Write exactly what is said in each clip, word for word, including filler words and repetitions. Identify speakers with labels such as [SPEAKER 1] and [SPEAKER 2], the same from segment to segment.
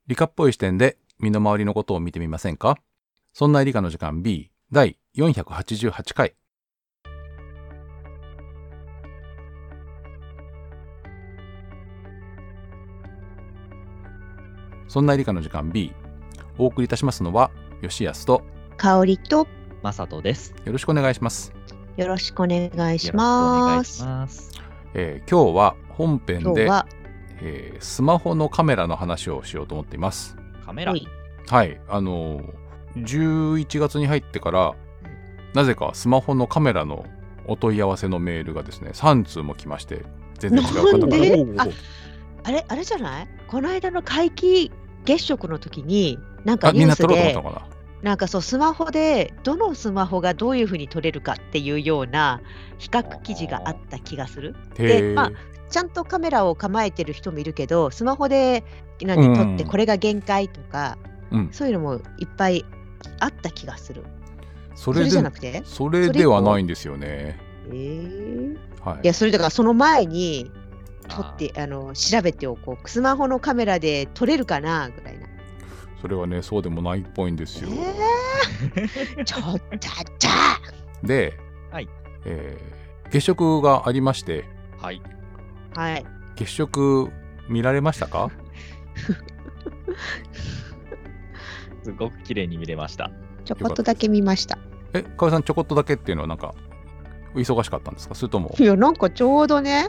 [SPEAKER 1] 理科っぽい視点で身の回りのことを見てみませんか？そんな理科の時間 B だいよんひゃくはちじゅうはちかい。そんな理科の時間 B、 お送りいたしますのは吉安と
[SPEAKER 2] 香りと
[SPEAKER 3] まさとです。
[SPEAKER 1] よろしくお願いします。
[SPEAKER 2] よろしくお願いし
[SPEAKER 3] よろしくお願
[SPEAKER 2] ま
[SPEAKER 3] いし
[SPEAKER 2] す。
[SPEAKER 3] ます。
[SPEAKER 1] えー今日は本編で、
[SPEAKER 2] 今日は
[SPEAKER 1] えースマホのカメラの話をしようと思っています。
[SPEAKER 3] カメラ。
[SPEAKER 2] はい
[SPEAKER 1] はいあのーじゅういちがつに入ってからなぜかスマホのカメラのお問い合わせのメールがですねさんつうも来まして、全然違う方から
[SPEAKER 2] なんで
[SPEAKER 3] おー
[SPEAKER 2] ああれあれじゃない？この間の皆既月食の時になんか
[SPEAKER 1] あみんな
[SPEAKER 2] ニュースで
[SPEAKER 1] 撮ろうと思ったのかな。
[SPEAKER 2] なんかそうスマホでどのスマホがどういうふうに撮れるかっていうような比較記事があった気がする。
[SPEAKER 1] へー
[SPEAKER 2] でまあちゃんとカメラを構えてる人もいるけど、スマホで
[SPEAKER 1] うん
[SPEAKER 2] 何撮ってこれが限界とか、
[SPEAKER 1] うん
[SPEAKER 2] そういうのもいっぱいあった気がする。
[SPEAKER 1] それで
[SPEAKER 2] それじゃなくて
[SPEAKER 1] それではないんですよね。
[SPEAKER 2] えー
[SPEAKER 1] はい
[SPEAKER 2] いやそれだからその前に撮っ
[SPEAKER 3] あ
[SPEAKER 2] てあの調べておこう。スマホのカメラで撮れるかなぐらいな。
[SPEAKER 1] それはねそうでもないっぽいんですよ。
[SPEAKER 2] えー、ちょっとじゃ
[SPEAKER 1] で、
[SPEAKER 3] はい
[SPEAKER 1] えー月食がありまして、
[SPEAKER 3] はい。
[SPEAKER 2] あはい
[SPEAKER 1] 月食見られましたか？
[SPEAKER 3] すごく綺麗に見れました。
[SPEAKER 2] ちょこっとだけ見ました。
[SPEAKER 1] え、かおさんちょこっとだけっていうのはなんか忙しかったんですか？それとも
[SPEAKER 2] いやなんかちょうどね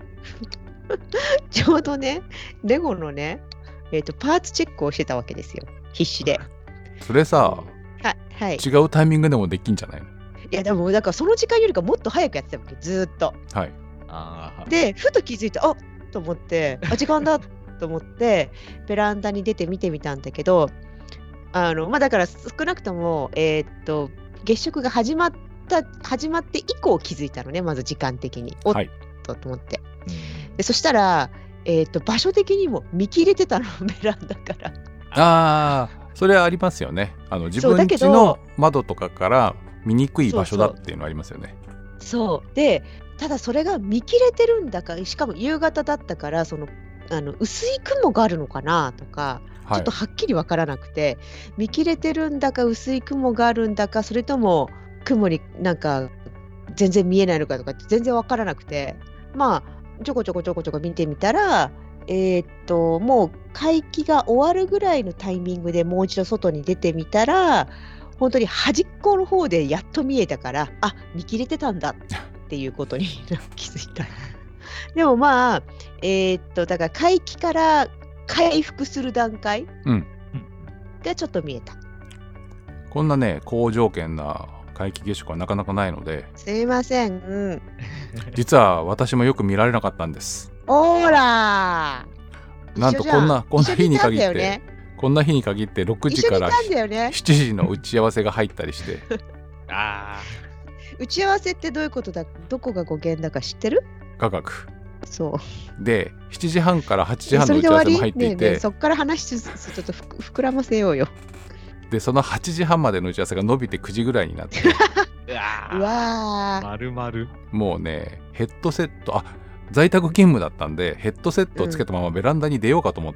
[SPEAKER 2] ちょうどねレゴのねえっ、とパーツチェックをしてたわけですよ、必死で。
[SPEAKER 1] それさ
[SPEAKER 2] はいはい
[SPEAKER 1] 違うタイミングでもできんじゃないの？
[SPEAKER 2] いやでもだからその時間よりかもっと早くやってたわけ、ずーっと。
[SPEAKER 1] はい
[SPEAKER 3] ああ。
[SPEAKER 2] でふと気づいてあっと思ってあ時間だと思ってベランダに出て見てみたんだけど、あのまあだから少なくともえーっと月食が始まった始まって以降気づいたのね、まず時間的におっ
[SPEAKER 1] はい
[SPEAKER 2] とと思って。
[SPEAKER 3] うん
[SPEAKER 2] でそしたらえーっと場所的にも見切れてたのベランダから。
[SPEAKER 1] あーそれはありますよね。あの自分
[SPEAKER 2] そうだけど
[SPEAKER 1] 家の窓とかから見にくい場所だっていうのありますよね。
[SPEAKER 2] そうでただそれが見切れてるんだか、しかも夕方だったからそのあの薄い雲があるのかなとか、ち
[SPEAKER 1] はい
[SPEAKER 2] ょっとはっきり分からなくて、見切れてるんだか薄い雲があるんだか、それとも雲になんか全然見えないのかとかって全然分からなくて、まあちょこちょこちょこちょこ見てみたらえーっともう皆既が終わるぐらいのタイミングでもう一度外に出てみたら本当に端っこの方でやっと見えたから、あ見切れてたんだっていうことに気づいた。でもまあえーっとだから皆既から回復する段階
[SPEAKER 1] うん
[SPEAKER 2] がちょっと見えた。
[SPEAKER 1] こんなね好条件な皆既月食はなかなかないので、
[SPEAKER 2] すいません、うん、
[SPEAKER 1] 実は私もよく見られなかったんです。
[SPEAKER 2] オーラー
[SPEAKER 1] なんとこんなこんな日に限って、
[SPEAKER 2] 一緒にいたんだよね
[SPEAKER 1] こんな日に限ってろくじから
[SPEAKER 2] 一緒にいたんだよね。
[SPEAKER 1] しちじの打ち合わせが入ったりして
[SPEAKER 3] あ
[SPEAKER 2] 打ち合わせってどういうことだ、どこが語源だか知ってる？
[SPEAKER 1] 科学
[SPEAKER 2] そう
[SPEAKER 1] でしちじはんからはちじはん
[SPEAKER 2] そ
[SPEAKER 1] の打ち合わせ
[SPEAKER 2] れで終わり
[SPEAKER 1] も入っていて、
[SPEAKER 2] ねえねえそっから話しつつちょっとふく膨らませようよ。
[SPEAKER 1] でそのはちじはんまでの打ち合わせが伸びてくじぐらいになって
[SPEAKER 3] あ。う
[SPEAKER 2] う
[SPEAKER 3] わ
[SPEAKER 2] わー
[SPEAKER 3] まるまる。
[SPEAKER 1] もうねヘッドセットあ在宅勤務だったんでヘッドセットをつけたままベランダに出ようかと思った、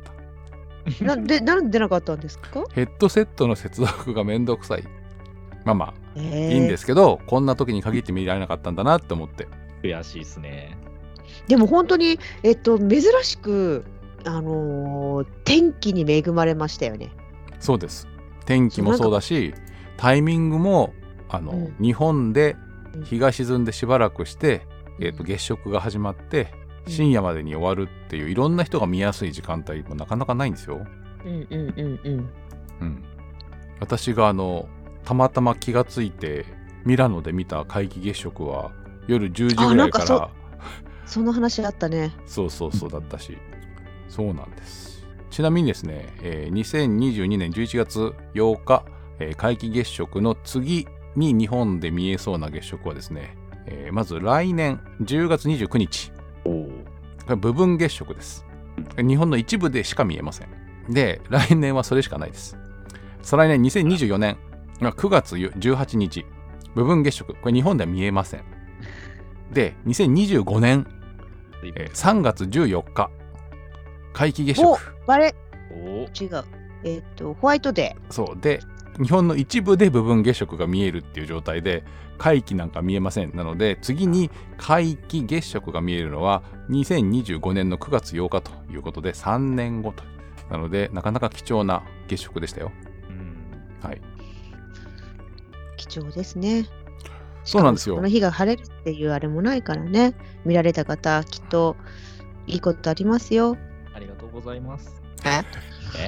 [SPEAKER 2] なんでなんで出なかったんですか？
[SPEAKER 1] ヘッドセットの接続がめんどくさい。まあまあ
[SPEAKER 2] え
[SPEAKER 1] いいんですすけど、こんな時に限って見られなかったんだなって思って。
[SPEAKER 3] 悔しいですね。
[SPEAKER 2] でも本当にえっと珍しくあのー天気に恵まれましたよね。
[SPEAKER 1] そうです。天気もそうだしタイミングもあの、
[SPEAKER 2] うん
[SPEAKER 1] 日本で日が沈んでしばらくして、えーと月食が始まって
[SPEAKER 2] うん
[SPEAKER 1] 深夜までに終わるっていういろんな人が見やすい時間帯もなかなかないんですよ。
[SPEAKER 2] うんうんうんうん。
[SPEAKER 1] うん、私があのたまたま気がついてミラノで見た皆既月食は夜じゅうじぐらいから
[SPEAKER 2] あなんかその話あったね。
[SPEAKER 1] そうそうそうだったしそうなんです。ちなみにですね、えーにせんにじゅうにねんじゅういちがつようか、えー皆既月食の次に日本で見えそうな月食はですね、えーまず来年じゅうがつにじゅうくにち、
[SPEAKER 3] おお。
[SPEAKER 1] これ部分月食です。日本の一部でしか見えません。で来年はそれしかないです。再来年にせんにじゅうよねんくがつじゅうはちにち部分月食、これ日本では見えません。でにせんにじゅうごねん、えーさんがつじゅうよっか皆既月食。
[SPEAKER 2] おバレ
[SPEAKER 3] お
[SPEAKER 2] 違う。えっ、と、ホワイトデ
[SPEAKER 1] そうで日本の一部で部分月食が見えるっていう状態で皆既なんか見えません。なので次に皆既月食が見えるのはにせんにじゅうごねんのくがつようかということでさんねんごと。なのでなかなか貴重な月食でしたよ。
[SPEAKER 3] うん。
[SPEAKER 1] はい。
[SPEAKER 2] ー、貴重ですね。
[SPEAKER 1] そうなんですよ
[SPEAKER 2] しかもその日が晴れるっていうあれもないからね。見られた方、きっといいことありますよ。
[SPEAKER 3] ありがとうございます。
[SPEAKER 2] え
[SPEAKER 3] え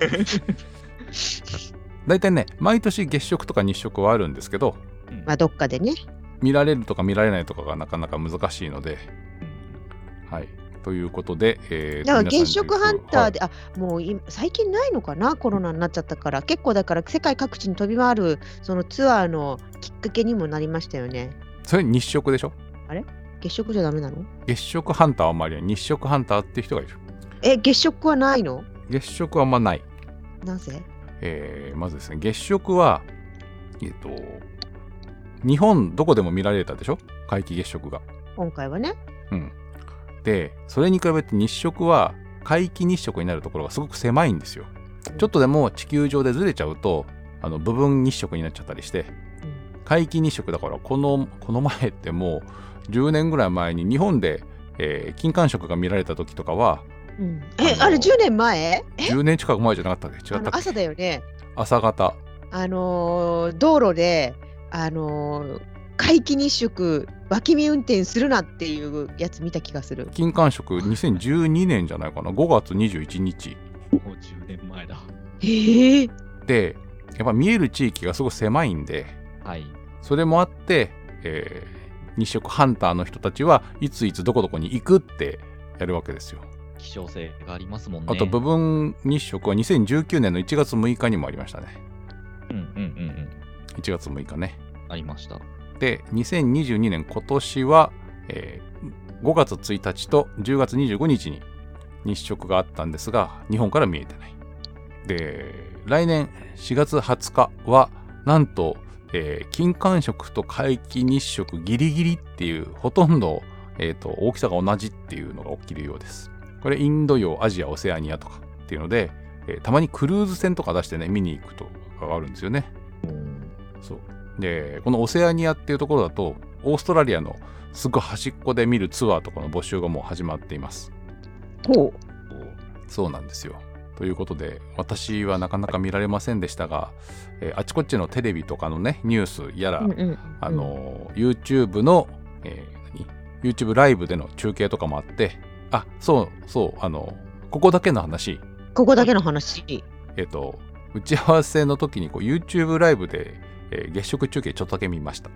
[SPEAKER 1] 大体ね毎年月食とか日食はあるんですけど、
[SPEAKER 3] うん
[SPEAKER 2] まあ、どっかでね。
[SPEAKER 1] 見られるとか見られないとかがなかなか難しいので、はいということで、えー
[SPEAKER 2] だから
[SPEAKER 1] 皆さんに
[SPEAKER 2] 月食ハンターで、あもう今最近ないのかな、コロナになっちゃったから、結構だから世界各地に飛び回るそのツアーのきっかけにもなりましたよね。
[SPEAKER 1] それ日食でしょ。
[SPEAKER 2] 月食じゃダメなの？
[SPEAKER 1] 月食ハンターはあんまり日食ハンターっていう人がいる。
[SPEAKER 2] え、月食はないの？
[SPEAKER 1] 月食はあんまない。
[SPEAKER 2] なぜ？
[SPEAKER 1] えーまずですね月食はえっ、と日本どこでも見られたでしょ、皆既月食が。
[SPEAKER 2] 今回はね。
[SPEAKER 1] うんでそれに比べて日食は皆既日食になるところがすごく狭いんですよ。ちょっとでも地球上でずれちゃうとあの部分日食になっちゃったりして、皆既日食だからこのこの前ってもうじゅうねんぐらい前に日本で、えー金環食が見られた時とかは
[SPEAKER 2] うん、え、
[SPEAKER 1] あの
[SPEAKER 2] あれじゅうねんまえ？
[SPEAKER 1] じゅうねん近く前じゃなかったっけ？違ったっけ？
[SPEAKER 2] あの朝だよね。
[SPEAKER 1] 朝方。
[SPEAKER 2] あのー道路で、あのー皆既日食、脇見運転するなっていうやつ見た気がする。
[SPEAKER 1] 金環食にせんじゅうにねんじゃないかな、ごがつにじゅういちにち
[SPEAKER 3] もうじゅうねんまえだ。
[SPEAKER 2] へえ。
[SPEAKER 1] でやっぱ見える地域がすごい狭いんで、
[SPEAKER 3] はい。
[SPEAKER 1] それもあって、えー日食ハンターの人たちはいついつどこどこに行くってやるわけですよ。
[SPEAKER 3] 希少性がありますもんね。
[SPEAKER 1] あと部分日食はにせんじゅうきゅうねんのいちがつむいかにもありましたね。
[SPEAKER 3] うんうんうんうん。
[SPEAKER 1] いちがつむいかね。
[SPEAKER 3] ありました。
[SPEAKER 1] でにせんにじゅうにねん今年は、えーごがつついたちとじゅうがつにじゅうごにちに日食があったんですが日本から見えてない。で来年しがつはつかはなんと、えー金環食と皆既日食ギリギリっていうほとんど、えーと大きさが同じっていうのが起きるようです。これインド洋アジアオセアニアとかっていうので、えーたまにクルーズ船とか出してね見に行くとかがあるんですよね。そうでこのオセアニアっていうところだとオーストラリアのすぐ端っこで見るツアーとかの募集がもう始まっています。
[SPEAKER 2] ほう。
[SPEAKER 1] そうなんですよ。ということで私はなかなか見られませんでしたが、えーあちこちのテレビとかのねニュースやら、
[SPEAKER 2] うんうんうん
[SPEAKER 1] あの YouTube の、えー何 YouTube ライブでの中継とかもあって、あそうそうあのここだけの話、
[SPEAKER 2] ここだけの話。
[SPEAKER 1] えっ、と打ち合わせの時にこう YouTube ライブで、えー月食中継ちょっとだけ見ました。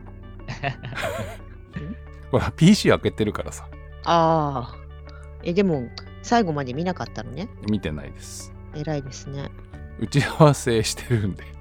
[SPEAKER 1] これ ピーシー 開けてるからさ
[SPEAKER 2] ああ。え、でも、最後まで見なかったのね。
[SPEAKER 1] 見てないです。
[SPEAKER 2] 偉いですね。
[SPEAKER 1] 打ち合わせしてるんで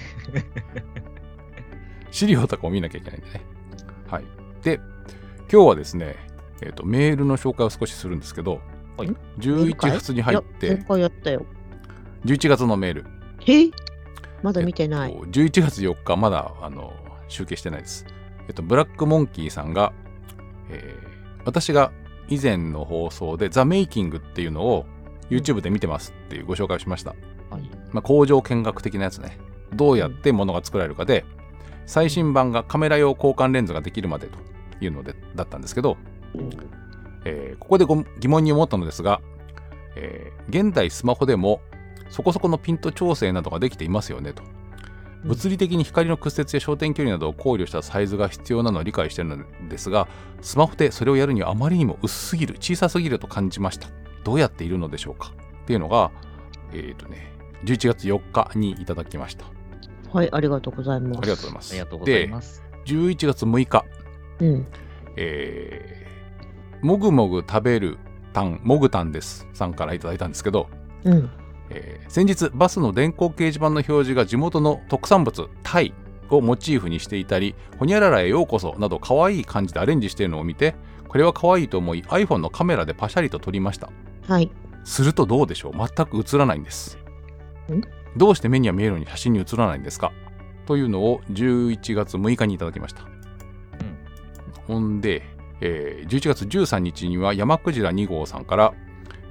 [SPEAKER 1] 資料とかを見なきゃいけないんでね。はい。で今日はですね、えーとメールの紹介を少しするんですけど、
[SPEAKER 3] はい、
[SPEAKER 1] じゅういちがつに入っ
[SPEAKER 2] いや
[SPEAKER 1] て
[SPEAKER 2] 前回やったよ。
[SPEAKER 1] じゅういちがつのメール、
[SPEAKER 2] えまだ見てない。
[SPEAKER 1] えっとじゅういちがつよっかまだあの集計してないです。えっとブラックモンキーさんが、えー私が以前の放送でザ・メイキングっていうのを YouTube で見てますっていうご紹介をしました。
[SPEAKER 3] はい。
[SPEAKER 1] まあ、工場見学的なやつね。どうやって物が作られるかで、最新版がカメラ用交換レンズができるまでというのでだったんですけど、えーここでご疑問に思ったのですが、えー現代スマホでもそこそこのピント調整などができていますよねと。物理的に光の屈折や焦点距離などを考慮したサイズが必要なのを理解しているのですが、スマホでそれをやるにはあまりにも薄すぎる、小さすぎると感じました。どうやっているのでしょうかっていうのが、えっとね、じゅういちがつよっかにいただきました。
[SPEAKER 2] はい、ありがとうございます。
[SPEAKER 1] ありがとうございます。
[SPEAKER 3] ありがとうございます。
[SPEAKER 1] で、じゅういちがつむいか、
[SPEAKER 2] うん。
[SPEAKER 1] えー、もぐもぐ食べるタン、もぐタンですさんからいただいたんですけど、
[SPEAKER 2] うん。
[SPEAKER 1] えー先日バスの電光掲示板の表示が地元の特産物タイをモチーフにしていたり、ほにゃららへようこそなど可愛い感じでアレンジしているのを見て、これは可愛いと思い iPhone のカメラでパシャリと撮りました。
[SPEAKER 2] はい。
[SPEAKER 1] するとどうでしょう、全く映らないんです。
[SPEAKER 2] ん
[SPEAKER 1] どうして目には見えるのに写真に写らないんですかというのをじゅういちがつむいかにいただきました。ほんで、えーじゅういちがつじゅうさんにちには山クジラにごうさんから、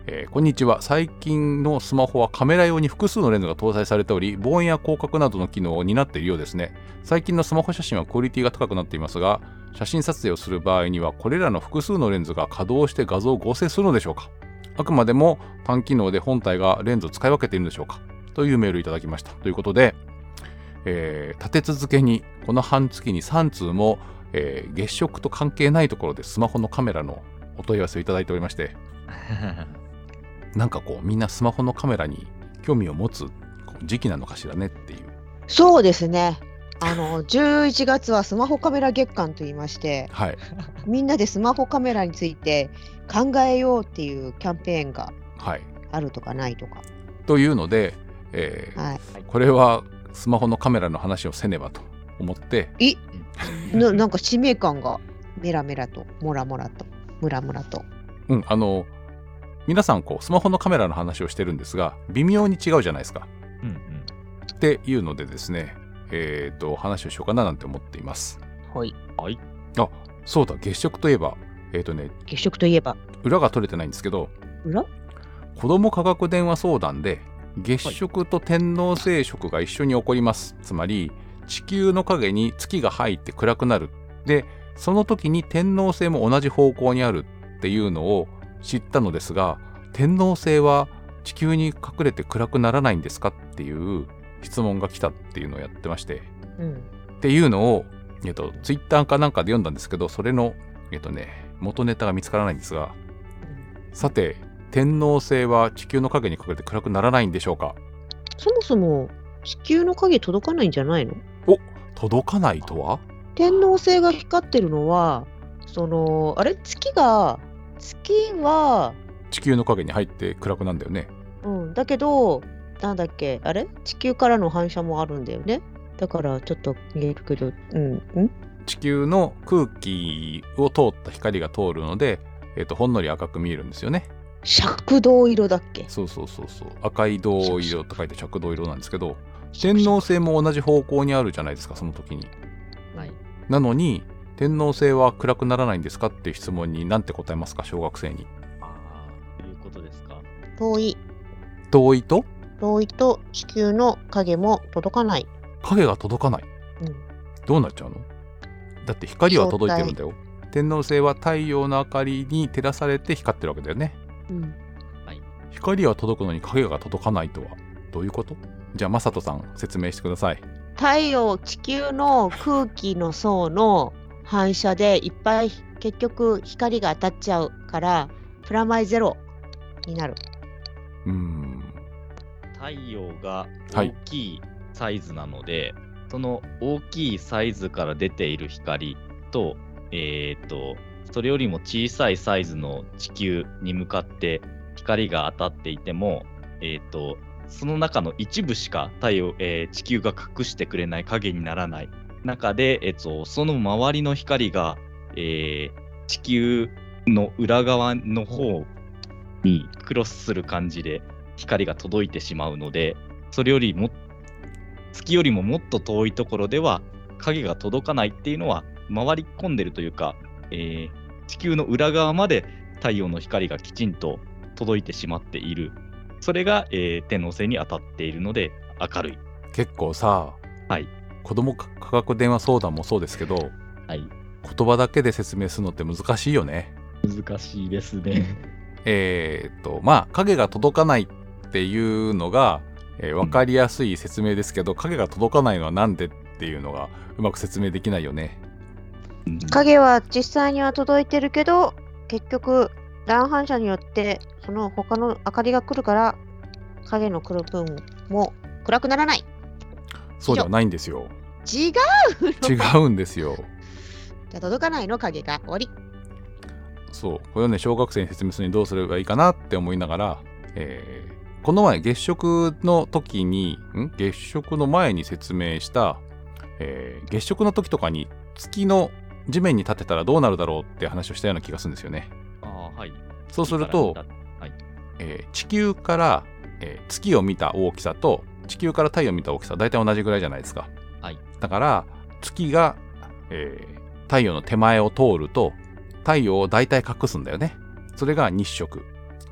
[SPEAKER 1] えーこんにちは。最近のスマホはカメラ用に複数のレンズが搭載されており、望遠や広角などの機能を担っているようですね。最近のスマホ写真はクオリティが高くなっていますが、写真撮影をする場合にはこれらの複数のレンズが稼働して画像を合成するのでしょうか。あくまでも単機能で本体がレンズを使い分けているのでしょうか、というメールをいただきました。ということで、えー立て続けにこの半月にさん通も、えー月食と関係ないところでスマホのカメラのお問い合わせをいただいておりまして、なんかこうみんなスマホのカメラに興味を持つこう時期なのかしらねっていう。
[SPEAKER 2] そうですね。あのじゅういちがつはスマホカメラ月間といいまして、
[SPEAKER 1] はい。
[SPEAKER 2] みんなでスマホカメラについて考えようっていうキャンペーンが
[SPEAKER 1] はい。
[SPEAKER 2] あるとかないとか。
[SPEAKER 1] というので、えー
[SPEAKER 2] はい。
[SPEAKER 1] これはスマホのカメラの話をせねばと思って、
[SPEAKER 2] いななんか使命感がメラメラとモラモラとムラムラと。
[SPEAKER 1] うん、あの皆さんこうスマホのカメラの話をしてるんですが、微妙に違うじゃないですか。
[SPEAKER 3] うんうん。
[SPEAKER 1] っていうのでですね、えーと話をしようかななんて思っています。
[SPEAKER 2] はい。
[SPEAKER 3] はい。
[SPEAKER 1] あ、そうだ、月食といえば、えーとね、
[SPEAKER 2] 月食といえば
[SPEAKER 1] 裏が取れてないんですけど、
[SPEAKER 2] 裏？
[SPEAKER 1] 子ども科学電話相談で月食と天王星食が一緒に起こります。つまり地球の影に月が入って暗くなる。で、その時に天王星も同じ方向にあるっていうのを知ったのですが、天王星は地球に隠れて暗くならないんですかっていう質問が来たっていうのをやってまして、
[SPEAKER 2] うん。
[SPEAKER 1] っていうのを、えっと、ツイッターかなんかで読んだんですけど、それの、えっとね、元ネタが見つからないんですが、さて、天王星は地球の影に隠れて暗くならないんでしょうか。
[SPEAKER 2] そもそも地球の影届かないんじゃないの？
[SPEAKER 1] お、届かないとは？
[SPEAKER 2] 天王星が光ってるのはそのあれ月が月は
[SPEAKER 1] 地球の影に入って暗くなんだよね。
[SPEAKER 2] うんだけどなんだっけあれ地球からの反射もあるんだよね。だからちょっと見えるけどうんん
[SPEAKER 1] 地球の空気を通った光が通るので、えっと、ほんのり赤く見えるんですよね。
[SPEAKER 2] 赤銅色だっけ？
[SPEAKER 1] そうそうそうそう。赤い銅色と書いて赤銅色なんですけど、天王星も同じ方向にあるじゃないですか、その時に。
[SPEAKER 3] はい。
[SPEAKER 1] なのに天王星は暗くならないんですかっていう質問に何て答えますか、小学生に。
[SPEAKER 3] ああ、ということですか。
[SPEAKER 2] 遠い
[SPEAKER 1] 遠いと
[SPEAKER 2] 遠いと地球の影も届かない。
[SPEAKER 1] 影が届かない。
[SPEAKER 2] うん
[SPEAKER 1] どうなっちゃうの？だって光は届いてるんだよ。天王星は太陽の明かりに照らされて光ってるわけだよね。
[SPEAKER 2] うん
[SPEAKER 1] 光は届くのに影が届かないとはどういうこと？じゃあマサトさん説明してください。
[SPEAKER 2] 太陽地球の空気の層の反射でいっぱい結局光が当たっちゃうからプラマイゼロになる。
[SPEAKER 1] うーん
[SPEAKER 3] 太陽が
[SPEAKER 1] はい
[SPEAKER 3] 大きいサイズなので、その大きいサイズから出ている光と、えー、とそれよりも小さいサイズの地球に向かって光が当たっていても、えー、とその中の一部しか太陽、えー地球が隠してくれない影にならない中で、えー、とその周りの光が、えー地球の裏側の方にクロスする感じで光が届いてしまうので、それよりも月よりももっと遠いところでは影が届かないっていうのは回り込んでるというか、えー地球の裏側まで太陽の光がきちんと届いてしまっている。それが、えー天王星に当たっているので明るい。
[SPEAKER 1] 結構さ、
[SPEAKER 3] はい。
[SPEAKER 1] 子ども科学電話相談もそうですけど、
[SPEAKER 3] はい。
[SPEAKER 1] 言葉だけで説明するのって難しいよね。
[SPEAKER 3] 難しいですね。
[SPEAKER 1] えーっとまあ影が届かないっていうのが、えー分かりやすい説明ですけど、影が届かないのはなんでっていうのがうまく説明できないよね。
[SPEAKER 3] うん
[SPEAKER 2] 影は実際には届いてるけど結局乱反射によってその他の明かりが来るから影の来る分も暗くならない。
[SPEAKER 1] そうではないんですよ。
[SPEAKER 2] 違う
[SPEAKER 1] 違
[SPEAKER 2] の
[SPEAKER 1] うんですよ。
[SPEAKER 2] じゃあ届かないの影が終わり。
[SPEAKER 1] そうこれをね小学生に説明するにどうすればいいかなって思いながら、えーこの前月食の時にん月食の前に説明した、えー月食の時とかに月の地面に立てたらどうなるだろうって話をしたような気がするんですよね。
[SPEAKER 3] あーはい。
[SPEAKER 1] そうすると、
[SPEAKER 3] はい。
[SPEAKER 1] えー地球から、えー月を見た大きさと地球から太陽を見た大きさは大体同じぐらいじゃないですか。
[SPEAKER 3] はい。
[SPEAKER 1] だから月が、えー太陽の手前を通ると太陽を大体隠すんだよね。それが日食。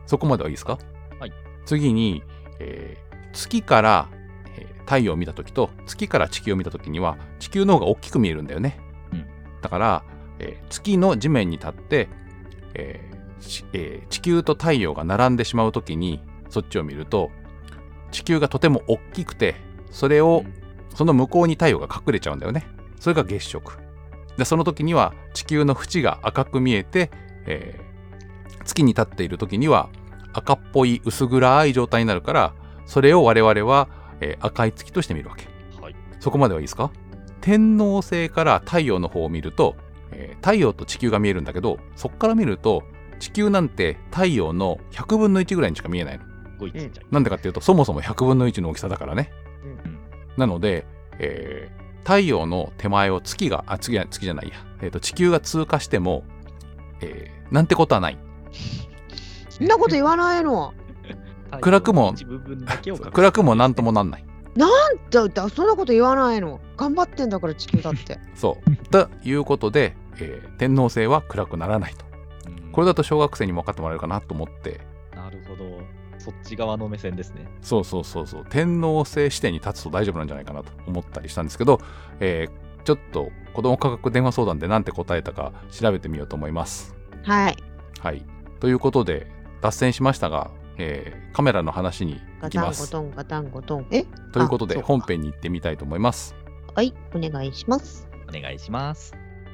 [SPEAKER 1] そこまではいいですか？
[SPEAKER 3] はい。
[SPEAKER 1] 次に、えー月から、えー太陽を見たときと月から地球を見たときには地球の方が大きく見えるんだよね。
[SPEAKER 3] うん
[SPEAKER 1] だから、えー月の地面に立って、えーしえー地球と太陽が並んでしまうときにそっちを見ると地球がとても大きくて、それを、その向こうに太陽が隠れちゃうんだよね。それが月食で、その時には地球の縁が赤く見えて、えー月に立っている時には赤っぽい薄暗い状態になるから、それを我々は、えー赤い月として見るわけ。
[SPEAKER 3] はい。
[SPEAKER 1] そこまではいいですか？天王星から太陽の方を見ると、えー太陽と地球が見えるんだけど、そこから見ると地球なんて太陽のひゃくぶんのいちぐらいにしか見えないの。
[SPEAKER 3] ごいちっちゃい。
[SPEAKER 1] なんでかっていうと、そもそもひゃくぶんのいちの大きさだからね。
[SPEAKER 2] うん
[SPEAKER 1] なので、えー太陽の手前を月が、あ、月, 月じゃないや、えーと、地球が通過しても、えーなんてことはない。
[SPEAKER 2] そんなこと言わないの。
[SPEAKER 1] 暗くも
[SPEAKER 3] 一部分だけを隠す
[SPEAKER 1] 暗くもなんともなんない。
[SPEAKER 2] だだそんなこと言わないの。頑張ってんだから地球だって。
[SPEAKER 1] そう。ということで、えー天王星は暗くならないと。
[SPEAKER 3] うん
[SPEAKER 1] これだと小学生にも分かってもらえるかなと思って、
[SPEAKER 3] なるほど。そっち側の目線ですね。
[SPEAKER 1] そうそうそうそう、天王星視点に立つと大丈夫なんじゃないかなと思ったりしたんですけど、えーちょっと子ども科学電話相談でなんて答えたか調べてみようと思います。
[SPEAKER 2] はい。
[SPEAKER 1] はい。ということで、脱線しましたが、えーカメラの話に行
[SPEAKER 2] ガタンゴ
[SPEAKER 1] きます。
[SPEAKER 2] トンガタンゴトン。え
[SPEAKER 1] ということで、
[SPEAKER 2] あそうか
[SPEAKER 1] 本編に行ってみたいと思います。
[SPEAKER 2] はい、お願いします。
[SPEAKER 3] お願いします。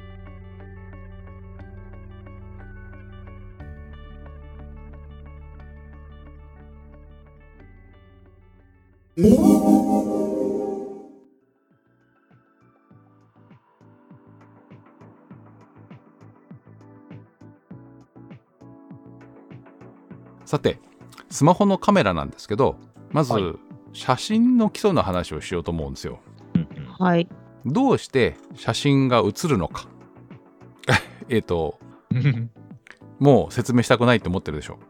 [SPEAKER 1] さて、スマホのカメラなんですけど、まず、
[SPEAKER 3] はい
[SPEAKER 1] 写真の基礎の話をしようと思うんですよ。
[SPEAKER 3] うん
[SPEAKER 2] はい。
[SPEAKER 1] どうして写真が写るのか。えっと、
[SPEAKER 3] うん
[SPEAKER 1] もう説明したくないって思ってるでしょ。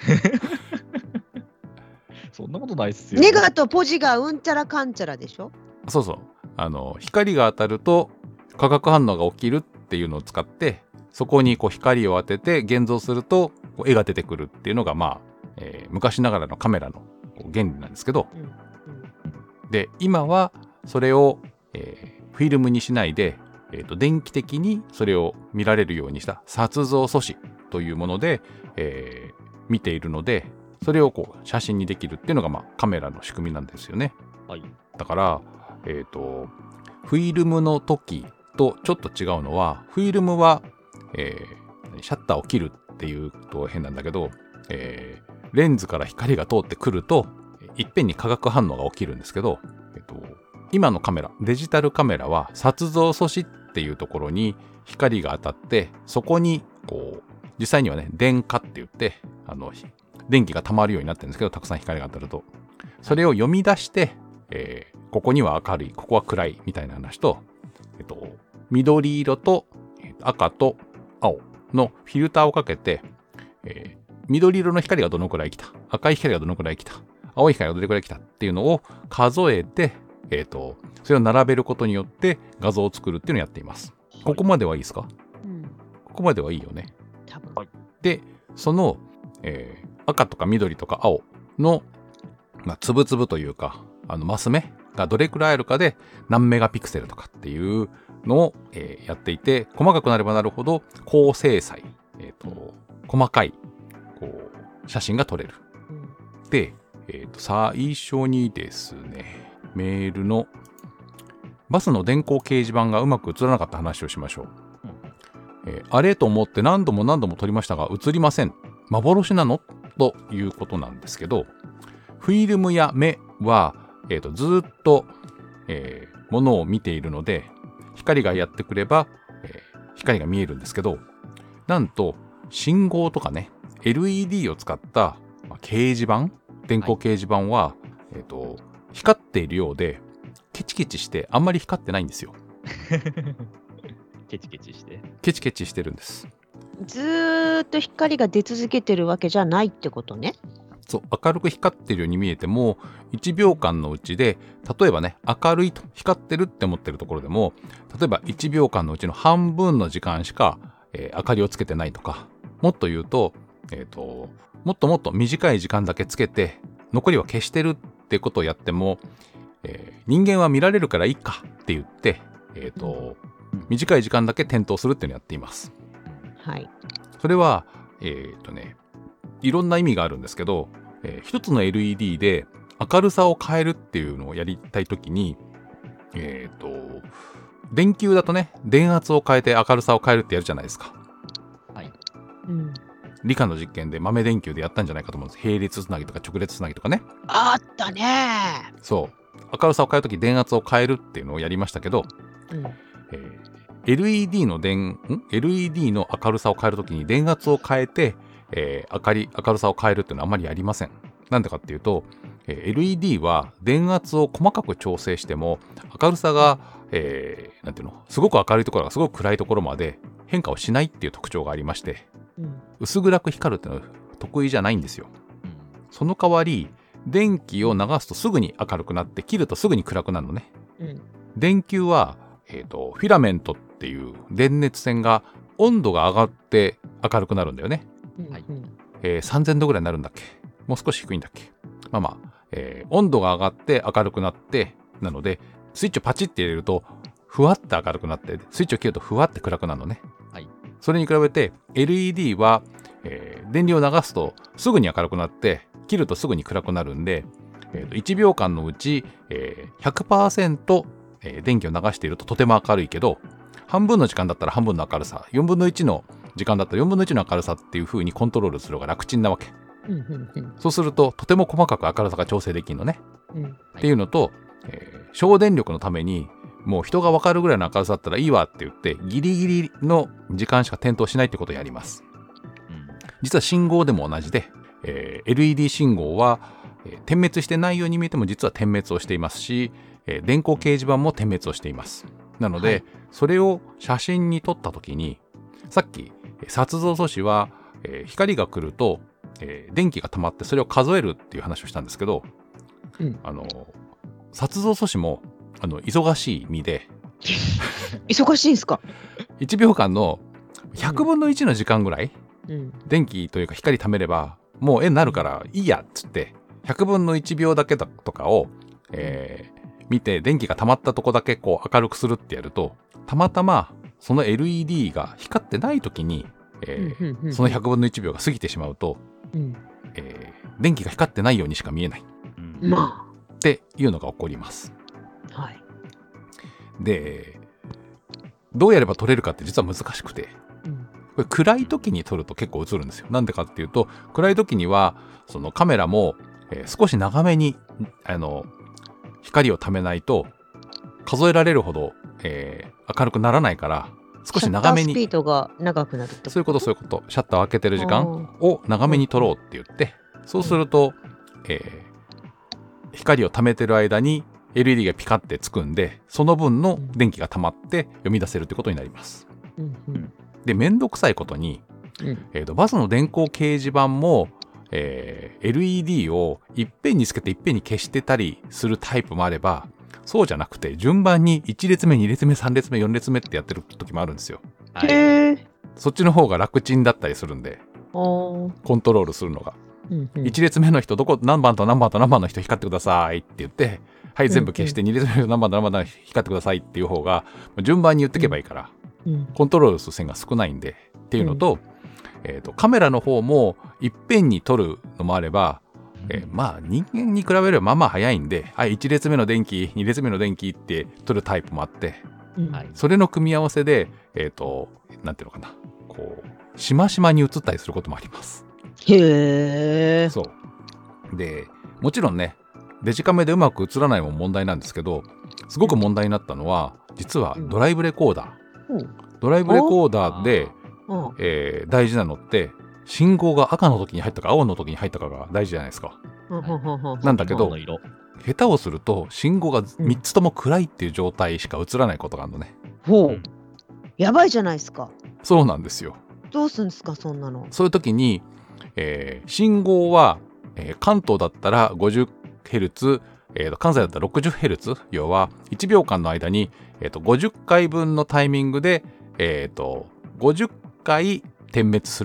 [SPEAKER 3] そんなことないっすよ。
[SPEAKER 2] ネガとポジがうんちゃらかんちゃらでしょ。
[SPEAKER 1] そうそう。あの、光が当たると化学反応が起きるっていうのを使って、そこにこう光を当てて現像するとこう絵が出てくるっていうのが、まあ、えー昔ながらのカメラのこう原理なんですけど、
[SPEAKER 2] うんうん
[SPEAKER 1] で、今はそれを、えーフィルムにしないで、えーと、電気的にそれを見られるようにした撮像素子というもので、えー見ているので、それをこう写真にできるっていうのが、まあ、カメラの仕組みなんですよね。
[SPEAKER 3] はい。
[SPEAKER 1] だから、えっと、フィルムの時とちょっと違うのは、フィルムは、えーシャッターを切るっていうと変なんだけど、えーレンズから光が通ってくると、いっぺんに化学反応が起きるんですけど、えっと、今のカメラ、デジタルカメラは撮像素子っていうところに光が当たって、そこにこう、実際にはね、電荷って言って、あの、電気が溜まるようになってるんですけど、たくさん光が当たると。それを読み出して、えーここには明るい、ここは暗いみたいな話と、えっと、緑色とえー赤と青のフィルターをかけて、えー緑色の光がどのくらい来た、赤い光がどのくらい来た、青い光がどれくらい来たっていうのを数えて、えっと、それを並べることによって画像を作るっていうのをやっています。ここまではいいですか？
[SPEAKER 2] うん。
[SPEAKER 1] ここまではいいよね。
[SPEAKER 2] 多分。
[SPEAKER 3] はい
[SPEAKER 1] で、その、えー赤とか緑とか青の、まあ、つぶつぶというか、あのマス目がどれくらいあるかで何メガピクセルとかっていうのを、えーやっていて、細かくなればなるほど高精細、えーと細かいこう写真が撮れる。
[SPEAKER 2] うん
[SPEAKER 1] で、えーと最初にですね、メールのバスの電光掲示板がうまく映らなかった話をしましょう。えーあれと思って何度も何度も撮りましたが映りません。幻なのということなんですけど、フィルムや目は、えーとずーっと、えー、ものを見ているので、光がやってくれば、えー光が見えるんですけど、なんと信号とかね、エルイーディー を使った、まあ掲示板、電光掲示板は、えーと光っているようで、ケチケチしてあんまり光ってないんですよ。
[SPEAKER 3] ケチケチして。
[SPEAKER 1] ケチケチしてるんです。
[SPEAKER 2] ずーっと光が出続けてるわけじゃないってことね。
[SPEAKER 1] そう、明るく光ってるように見えても、いちびょうかんのうちで、例えばね、明るいと光ってるって思ってるところでも、例えばいちびょうかんのうちの半分の時間しか、えー明かりをつけてないとか、もっと言うと、 えーと、もっともっと短い時間だけつけて残りは消してるってことをやっても、えー、人間は見られるからいいかって言って、えーとうん、短い時間だけ点灯するっていうのをやっています。
[SPEAKER 2] はい。
[SPEAKER 1] それは、えーとね、いろんな意味があるんですけど、えー、一つの エルイーディー で明るさを変えるっていうのをやりたいときに、えーと、電球だとね、電圧を変えて明るさを変えるってやるじゃないですか。
[SPEAKER 3] はい。
[SPEAKER 2] うん、
[SPEAKER 1] 理科の実験で豆電球でやったんじゃないかと思うんです。並列つなぎとか直列つなぎとかね。
[SPEAKER 2] あったね。
[SPEAKER 1] そう。明るさを変えるとき電圧を変えるっていうのをやりましたけど、
[SPEAKER 2] うん
[SPEAKER 1] えー、エルイーディー の電、ん エルイーディー の明るさを変えるときに電圧を変えて、えー、明かり、明るさを変えるっていうのはあまりやりません。なんでかっていうと、えー、エルイーディー は電圧を細かく調整しても明るさが、えー、なんていうの、すごく明るいところがすごく暗いところまで変化をしないっていう特徴がありまして、うん、薄暗く光るっていうのは得意じゃないんですよ。うん、その代わり電気を流すとすぐに明るくなって切るとすぐに暗くなるのね。うん、電球は、えーと、フィラメントっていう電熱線が温度が上がって明るくなるんだよね。はい、えー、さんぜんどぐらいになるんだっけ、もう少し低いんだっけ。まあまあ、えー、温度が上がって明るくなってなのでスイッチをパチッて入れるとふわって明るくなってスイッチを切るとふわって暗くなるのね。はい、それに比べて エルイーディー は、えー、電流を流すとすぐに明るくなって切るとすぐに暗くなるんで、えー、といちびょうかんのうち、えー、ひゃくパーセント、えー、電気を流しているととても明るいけど、半分の時間だったら半分の明るさ、よんぶんのいちの時間だったらよんぶんのいちの明るさっていう風にコントロールするのが楽ちんなわけ。そうするととても細かく明るさが調整できるのね。うん、っていうのと、えー、省電力のためにもう人が分かるぐらいの明るさだったらいいわって言ってギリギリの時間しか点灯しないってことをやります。うん、実は信号でも同じで、えー、エルイーディー 信号は、えー、点滅してないように見えても実は点滅をしていますし、えー、電光掲示板も点滅をしています。なので、はい、それを写真に撮った時にさっき撮像素子は、えー、光が来ると、えー、電気が溜まってそれを数えるっていう話をしたんですけど、うん、あの撮像素子もあの忙しい身で
[SPEAKER 2] 忙しいんですか。
[SPEAKER 1] いちびょうかんのひゃくぶんのいちの時間ぐらい、うん、電気というか光溜めればもう絵になるからいいやっつってひゃくぶんのいちびょうだけだとかを、えー、見て電気が溜まったとこだけこう明るくするってやるとたまたまその エルイーディー が光ってない時に、えー、そのひゃくぶんのいちびょうが過ぎてしまうと、うんえー、電気が光ってないようにしか見えない、うん、っていうのが起こります。はい、でどうやれば撮れるかって実は難しくて、うん、これ暗い時に撮ると結構映るんですよ。なんでかっていうと暗い時にはそのカメラも、えー、少し長めにあの光をためないと数えられるほど、えー、明るくならないから少し長めに
[SPEAKER 2] シャッタースピードが長くなるってこと。
[SPEAKER 1] そういうことそういうことシャッターを開けてる時間を長めに撮ろうって言って、うん、そうすると、えー、光をためてる間にエルイーディー がピカってつくんでその分の電気が溜まって読み出せるってことになります。うんうん、でめんどくさいことに、うんえー、とバスの電光掲示板も、えー、エルイーディー をいっぺんにつけていっぺんに消してたりするタイプもあればそうじゃなくて順番にいち列目に列目さん列目よん列目ってやってる時もあるんですよ。
[SPEAKER 2] へー。
[SPEAKER 1] そっちの方が楽ちんだったりするんでコントロールするのが、うんうん、いち列目の人どこ何番と何番と何番の人光ってくださいって言ってはい全部消してに列目の人何番と何番の人光ってくださいっていう方が順番に言ってけばいいから、うん、コントロールする線が少ないんでっていうのと、うんえー、とカメラの方もいっぺんに撮るのもあればえー、まあ人間に比べればまあまあ早いんで、はい、いち列目の電気に列目の電気って撮るタイプもあって、うん、それの組み合わせでえっ、ー、となんていうのかなこうしましまに映ったりすることもあります。
[SPEAKER 2] へえ。
[SPEAKER 1] そうでもちろんねデジカメでうまく映らないも問題なんですけどすごく問題になったのは実はドライブレコーダー、うん、ドライブレコーダーで、えー、大事なのって信号が赤の時に入ったか青の時に入ったかが大事じゃないですか。はい、なんだけど下手をすると信号がみっつとも暗いっていう状態しか映らないことがあるのね。
[SPEAKER 2] ほう、うん、やばいじゃないですか。
[SPEAKER 1] そうなんですよ。
[SPEAKER 2] どうするんですかそんなの。
[SPEAKER 1] そういう時に、えー、信号は、えー、関東だったら ごじゅっヘルツ、えー、と関西だったら ろくじゅっヘルツ 要はいちびょうかんの間に、えー、とごじゅっかいぶんのタイミングで、えー、とごじゅっかい点滅する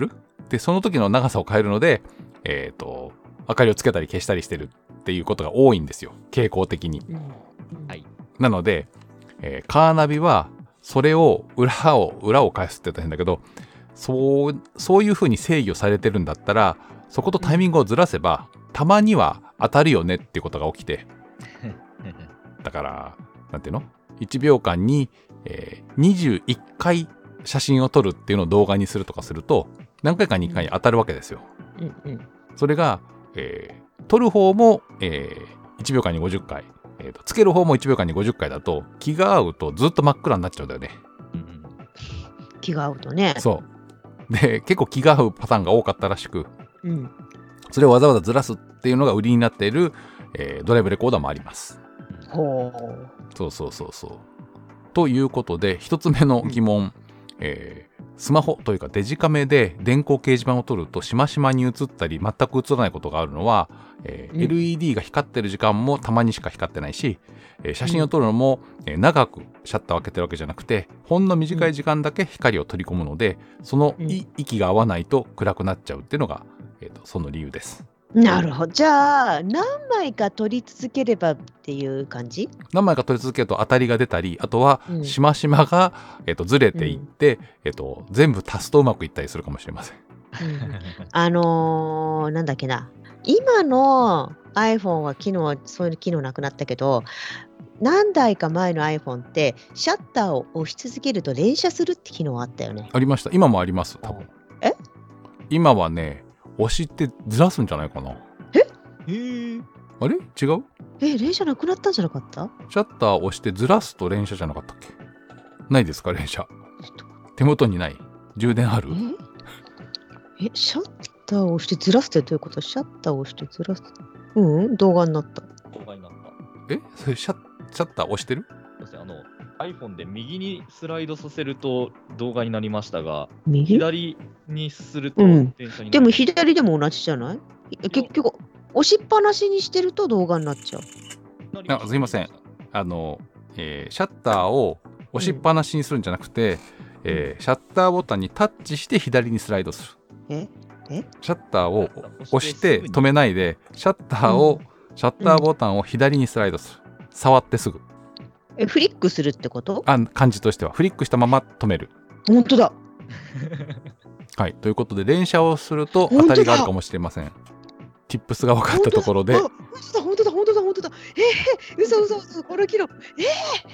[SPEAKER 1] でその時の長さを変えるので、えーと、明かりをつけたり消したりしてるっていうことが多いんですよ、傾向的に。
[SPEAKER 2] うん
[SPEAKER 3] はい。
[SPEAKER 1] なので、えーカーナビはそれを裏を裏を返すって言ったら変だけど、そうそういう風に制御されてるんだったら、そことタイミングをずらせばたまには当たるよねっていうことが起きて、だからなんていうの、いちびょうかんに、えーにじゅういっかい写真を撮るっていうのを動画にするとかすると、何回かにいっかいに当たるわけですよ。
[SPEAKER 2] うんうん
[SPEAKER 1] それが、えー撮る方も、えーいちびょうかんにごじゅっかい、えーとつける方もいちびょうかんにごじゅっかいだと、気が合うとずっと真っ暗になっちゃうんだよね。
[SPEAKER 3] うん
[SPEAKER 2] 気が合うとね。
[SPEAKER 1] そうで、結構気が合うパターンが多かったらしく、
[SPEAKER 2] うん
[SPEAKER 1] それをわざわざずらすっていうのが売りになっている、えードライブレコーダーもあります。
[SPEAKER 2] ほう。
[SPEAKER 1] そうそうそうそう。ということで、一つ目の疑問、えースマホというかデジカメで電光掲示板を撮るとしましまに映ったり全く映らないことがあるのは、えー
[SPEAKER 2] うん
[SPEAKER 1] エルイーディー が光ってる時間もたまにしか光ってないし、えー写真を撮るのも、えー長くシャッターを開けてるわけじゃなくて、ほんの短い時間だけ光を取り込むので、そのい
[SPEAKER 2] うん
[SPEAKER 1] 息が合わないと暗くなっちゃうっていうのが、えーとその理由です。
[SPEAKER 2] なるほど。じゃあ何枚か撮り続ければっていう感じ？
[SPEAKER 1] 何枚か撮り続けると当たりが出たり、あとは
[SPEAKER 2] うん
[SPEAKER 1] しましまが、えーとずれていって、えーと全部足すとうまくいったりするかもしれません。
[SPEAKER 2] うんあのーなんだっけな。今の iPhone は機能、そういう機能なくなったけど、何台か前の iPhone ってシャッターを押し続けると連写するって機能あったよね。
[SPEAKER 1] ありました。今もあります、多分。
[SPEAKER 2] え
[SPEAKER 1] 今はね、押してずらすんじゃないかな。
[SPEAKER 3] へえ。
[SPEAKER 1] あれ違う？
[SPEAKER 2] え、連写なくなったんじゃなかった？
[SPEAKER 1] シャッターを押してずらすと連写じゃなかったっけ？ないですか、連写。手元にない？充電ある？
[SPEAKER 2] え、えシャッターを押してずらすってどういうこと？シャッターを押してずらす。うん、動画になった。
[SPEAKER 3] 動画になった。
[SPEAKER 1] えそれシャッ、シャッター押してる？
[SPEAKER 3] そうですね、あの iPhone で右にスライドさせると動画になりましたが、
[SPEAKER 2] 右？
[SPEAKER 3] 左にすると
[SPEAKER 2] うん
[SPEAKER 3] 電車になる。
[SPEAKER 2] でも左でも同じじゃない？結局、押しっぱなしにしてると動画になっちゃう。
[SPEAKER 1] あ、すいません。あの、えーシャッターを押しっぱなしにするんじゃなくて、えーシャッターボタンにタッチして左にスライドする。
[SPEAKER 2] ええ
[SPEAKER 1] シャッターを押して止めないで、シャッターを、シャッターボタンを左にスライドする。触ってすぐ。
[SPEAKER 2] え、フリックするってこと？
[SPEAKER 1] あ、感じとしてはフリックしたまま止める。
[SPEAKER 2] 本当だ。
[SPEAKER 1] はい、ということで連射をすると
[SPEAKER 2] 本当だ
[SPEAKER 1] 当たりがあるかもしれません。チップスが分かったところで、
[SPEAKER 2] あ本当だ、本当だ、本当だ、本当だ。えー、嘘嘘嘘、この機能。え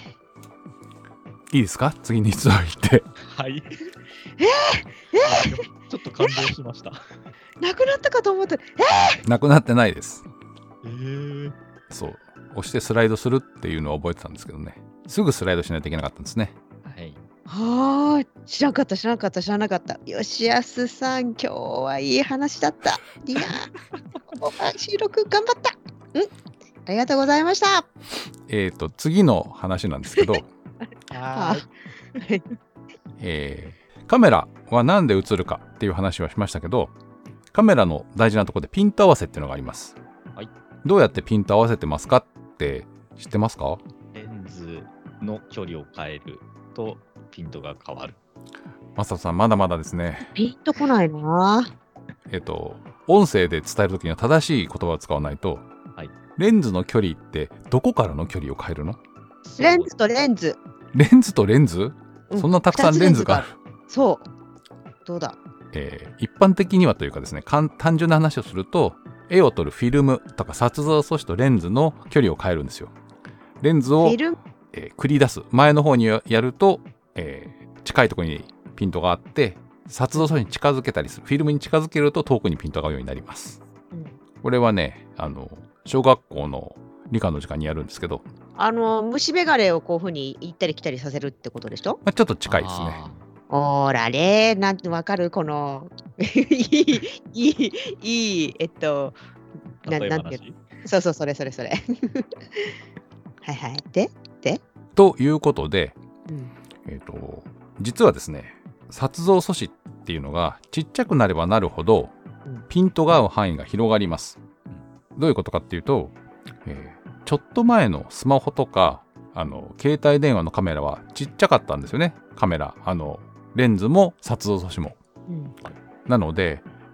[SPEAKER 1] いいですか？次に質問いって。
[SPEAKER 3] はい。
[SPEAKER 2] え
[SPEAKER 3] えちょっと感動しました。
[SPEAKER 2] ー、なくなったかと思った。
[SPEAKER 1] なくなってないです。
[SPEAKER 3] えー、
[SPEAKER 1] そう。押してスライドするっていうのを覚えてたんですけどね。すぐスライドしないといけなかったんですね。
[SPEAKER 3] はい。
[SPEAKER 2] はあ、知らなかった、知らなかった、知らなかった。よしやすさん、今日はいい話だった。いやー、収録頑張った。うん、ありがとうございました。
[SPEAKER 1] えっ、と、次の話なんですけど、
[SPEAKER 2] あはい
[SPEAKER 1] えーカメラは何で映るかっていう話はしましたけど、カメラの大事なところでピント合わせっていうのがあります。
[SPEAKER 3] はい。
[SPEAKER 1] どうやってピント合わせてますかって知ってますか？
[SPEAKER 3] レンズの距離を変えるとピントが変わる。
[SPEAKER 1] マサトさん、まだまだですね。
[SPEAKER 2] ピンとこないな。
[SPEAKER 1] えっ、と、音声で伝えるときには正しい言葉を使わないと、
[SPEAKER 3] はい。
[SPEAKER 1] レンズの距離ってどこからの距離を変えるの？
[SPEAKER 2] レンズとレンズ。
[SPEAKER 1] レンズとレンズ？
[SPEAKER 2] う
[SPEAKER 1] そんなたくさんレンズがある。
[SPEAKER 2] そう。どうだ。
[SPEAKER 1] えー一般的にはというかですね、かん単純な話をすると、絵を撮るフィルムとか撮像素子とレンズの距離を変えるんですよ。レンズを
[SPEAKER 2] フィ、ルム。
[SPEAKER 1] えー繰り出す前の方にややると、えー近いところにピントがあって、撮像素子に近づけたりする。フィルムに近づけると遠くにピントが合うようになります。
[SPEAKER 2] うん
[SPEAKER 1] これはね、あの小学校の理科の時間にやるんですけど、
[SPEAKER 2] あの虫眼鏡をこういうふうに行ったり来たりさせるってことでしょ？
[SPEAKER 1] まあ、ちょっと近いですね。
[SPEAKER 2] ほられー、なんてわかるこのいいいいいいえっと
[SPEAKER 3] あー。例え
[SPEAKER 2] ななんて
[SPEAKER 3] 話。
[SPEAKER 2] そうそうそれそれそれはいはいでで、
[SPEAKER 1] ということで、
[SPEAKER 2] うん
[SPEAKER 1] えーと、実はですね、撮像素子っていうのがちっちゃくなればなるほど
[SPEAKER 2] うん
[SPEAKER 1] ピントが合う範囲が広がります。どういうことかっていうと、えーちょっと前のスマホとかあの携帯電話のカメラはちっちゃかったんですよね。カメラ、あのレンズも撮像素子も。
[SPEAKER 2] うん
[SPEAKER 1] なので、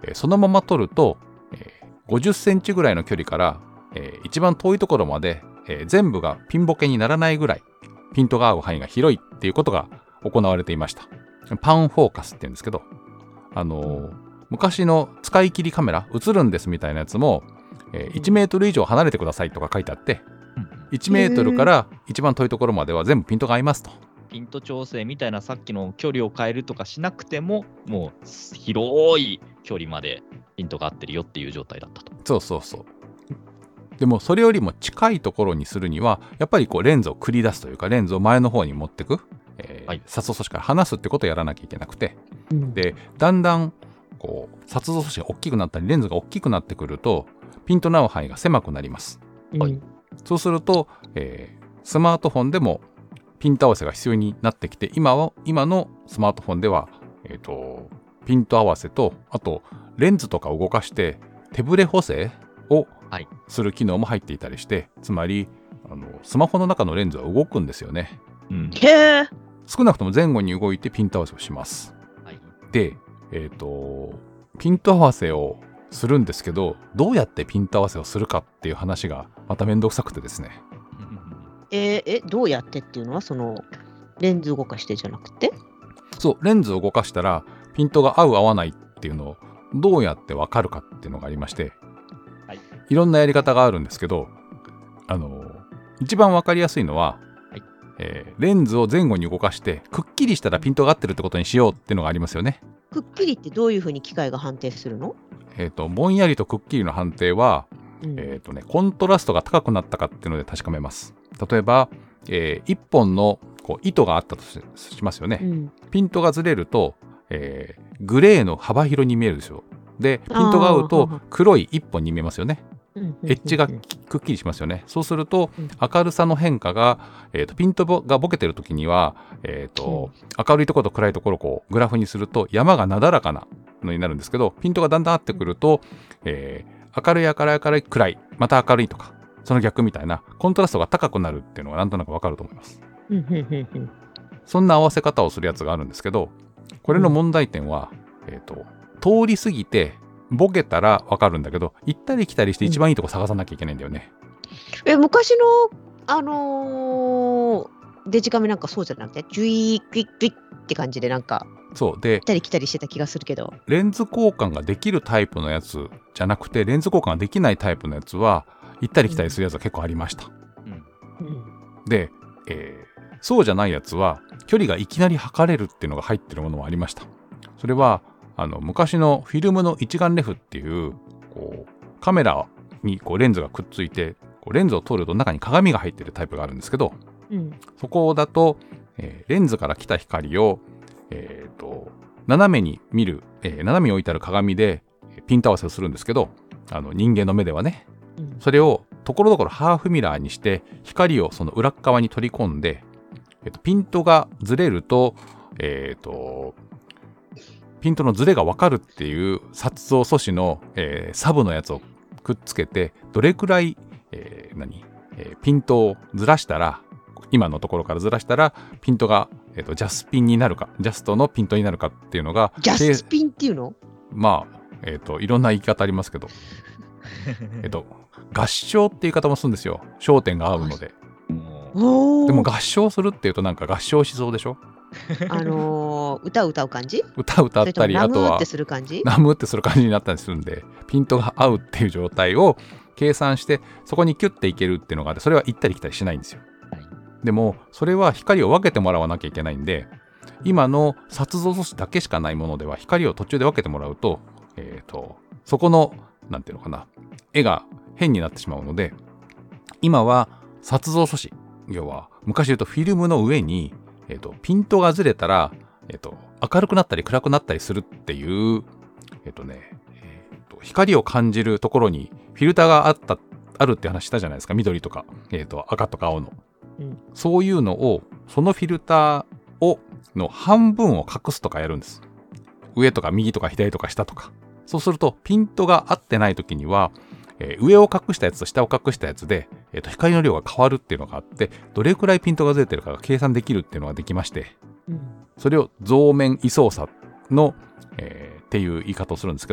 [SPEAKER 1] えーそのまま撮ると、えーごじゅっセンチぐらいの距離から、えー一番遠いところまで、えー全部がピンボケにならないぐらいピントが合う範囲が広いっていうことが行われていました。パンフォーカスって言うんですけど、あのー昔の使い切りカメラ映るんですみたいなやつも、えーいちメートル以上離れてくださいとか書いてあって、いちメートルから一番遠いところまでは全部ピントが合いますと。
[SPEAKER 3] ピント調整みたいなさっきの距離を変えるとかしなくても、もう広い距離までピントが合ってるよっていう状態だったと。
[SPEAKER 1] そうそうそう。でもそれよりも近いところにするにはやっぱりこうレンズを繰り出すというか、レンズを前の方に持ってく、えー
[SPEAKER 3] はい
[SPEAKER 1] 撮像素子から離すってことをやらなきゃいけなくて、
[SPEAKER 2] うん
[SPEAKER 1] でだんだんこう撮像素子が大きくなったりレンズが大きくなってくるとピントの合う範囲が狭くなります。
[SPEAKER 2] うん
[SPEAKER 1] そうすると、えースマートフォンでもピント合わせが必要になってきて、今は今のスマートフォンでは、えーとピント合わせと、あとレンズとかを動かして手ブレ補正を
[SPEAKER 3] はい
[SPEAKER 1] する機能も入っていたりして、つまりあのスマホの中のレンズは動くんですよね。
[SPEAKER 3] うん
[SPEAKER 2] へえ。
[SPEAKER 1] 少なくとも前後に動いてピント合わせをします。
[SPEAKER 3] はい
[SPEAKER 1] で、えっ、とピント合わせをするんですけど、どうやってピント合わせをするかっていう話がまためんどくさくてですね。
[SPEAKER 2] えーえ、どうやってっていうのは、そのレンズ動かしてじゃなくて？
[SPEAKER 1] そうレンズを動かしたらピントが合う合わないっていうのをどうやって分かるかっていうのがありまして、
[SPEAKER 3] はい、
[SPEAKER 1] いろんなやり方があるんですけど、あの一番分かりやすいのは、
[SPEAKER 3] はい
[SPEAKER 1] えーレンズを前後に動かしてくっきりしたらピントが合ってるってことにしようっていうのがありますよね。
[SPEAKER 2] くっきりってどういうふうに機械が判定するの？
[SPEAKER 1] えーとぼんやりとくっきりの判定は、
[SPEAKER 2] うん
[SPEAKER 1] えーとね、コントラストが高くなったかっていうので確かめます。例えば、えー、いっぽんのこう糸があったと し, しますよね。
[SPEAKER 2] うん
[SPEAKER 1] ピントがずれると、えーグレーの幅広に見えるでしょ。でピントが合う
[SPEAKER 2] あー
[SPEAKER 1] と黒いいっぽんに見えますよね。
[SPEAKER 2] うんうん
[SPEAKER 1] エッジが
[SPEAKER 2] うん
[SPEAKER 1] くっきりしますよね。そうすると
[SPEAKER 2] うん
[SPEAKER 1] 明るさの変化が、えーとピントがボケてる時には、えーと明るいところと暗いところをこうグラフにすると山がなだらかなのになるんですけど、ピントがだんだん合ってくると、えー明るい明るい明るい暗いまた明るいとかその逆みたいなコントラストが高くなるっていうのがなんとなくわかると思います。
[SPEAKER 2] うんうんうんうん
[SPEAKER 1] そんな合わせ方をするやつがあるんですけど、これの問題点は、えーと通り過ぎてボケたらわかるんだけど、行ったり来たりして一番いいとこ探さなきゃいけないんだよね。
[SPEAKER 2] え、昔の、あのーデジカメなんかそうじゃなくて、ジュイークイックイッって感じでなんか、
[SPEAKER 1] そうで
[SPEAKER 2] 行ったり来たりしてた気がするけど。
[SPEAKER 1] レンズ交換ができるタイプのやつじゃなくて、レンズ交換ができないタイプのやつは行ったり来たりするやつは結構ありました。
[SPEAKER 3] うん
[SPEAKER 2] うん
[SPEAKER 1] で、えーそうじゃないやつは距離がいきなり測れるっていうのが入ってるものもありました。それはあの昔のフィルムの一眼レフっていう、こうカメラにこうレンズがくっついて、こうレンズを通ると中に鏡が入ってるタイプがあるんですけど、
[SPEAKER 2] うん
[SPEAKER 1] そこだと、えーレンズから来た光を、えーと斜めに見る、えー斜めに置いてある鏡でえーピント合わせをするんですけど、あの人間の目ではね、
[SPEAKER 2] うん
[SPEAKER 1] それをところどころハーフミラーにして光をその裏っ側に取り込んで、えっと、ピントがずれると、えっと、ピントのずれが分かるっていう撮像素子の、えーサブのやつをくっつけて、どれくらい、えー何えーピントをずらしたら、今のところからずらしたら、ピントが、えっと、ジャスピンになるか、ジャストのピントになるかっていうのが、
[SPEAKER 2] ジャスピンっていうの？
[SPEAKER 1] まあ、えっと、いろんな言い方ありますけど、えっと、合唱って言い方もするんですよ。焦点が合うので。
[SPEAKER 3] も
[SPEAKER 2] おー
[SPEAKER 1] でも合唱するっていうとなんか合唱しそうでしょ。
[SPEAKER 2] あのー歌を歌う感じ？
[SPEAKER 1] 歌歌ったり、
[SPEAKER 2] それ
[SPEAKER 1] あとは
[SPEAKER 2] ともラムーってする感じ？
[SPEAKER 1] ナムってする感じになったりするんで、ピントが合うっていう状態を計算して、そこにキュッていけるっていうのがあって、それは行ったり来たりしないんですよ。
[SPEAKER 3] はい
[SPEAKER 1] でも、それは光を分けてもらわなきゃいけないんで、今の撮像素子だけしかないものでは、光を途中で分けてもらうと、えっと、そこの、なんていうのかな、絵が変になってしまうので、今は撮像素子、要は昔言うとフィルムの上に、えっと、ピントがずれたら、えっと、明るくなったり暗くなったりするっていう、えっとね、えっと、光を感じるところにフィルターがあった、あるって話したじゃないですか。緑とか、えっと、赤とか青の。
[SPEAKER 2] うん
[SPEAKER 1] そういうのを、そのフィルターを、の半分を隠すとかやるんです。上とか右とか左とか下とか。そうすると、ピントが合ってない時には、えー上を隠したやつと下を隠したやつで、えーと、光の量が変わるっていうのがあって、どれくらいピントがずれてるかが計算できるっていうのができまして、
[SPEAKER 2] うん
[SPEAKER 1] それを増面位相差の、えーっていう言い方をするんですけど、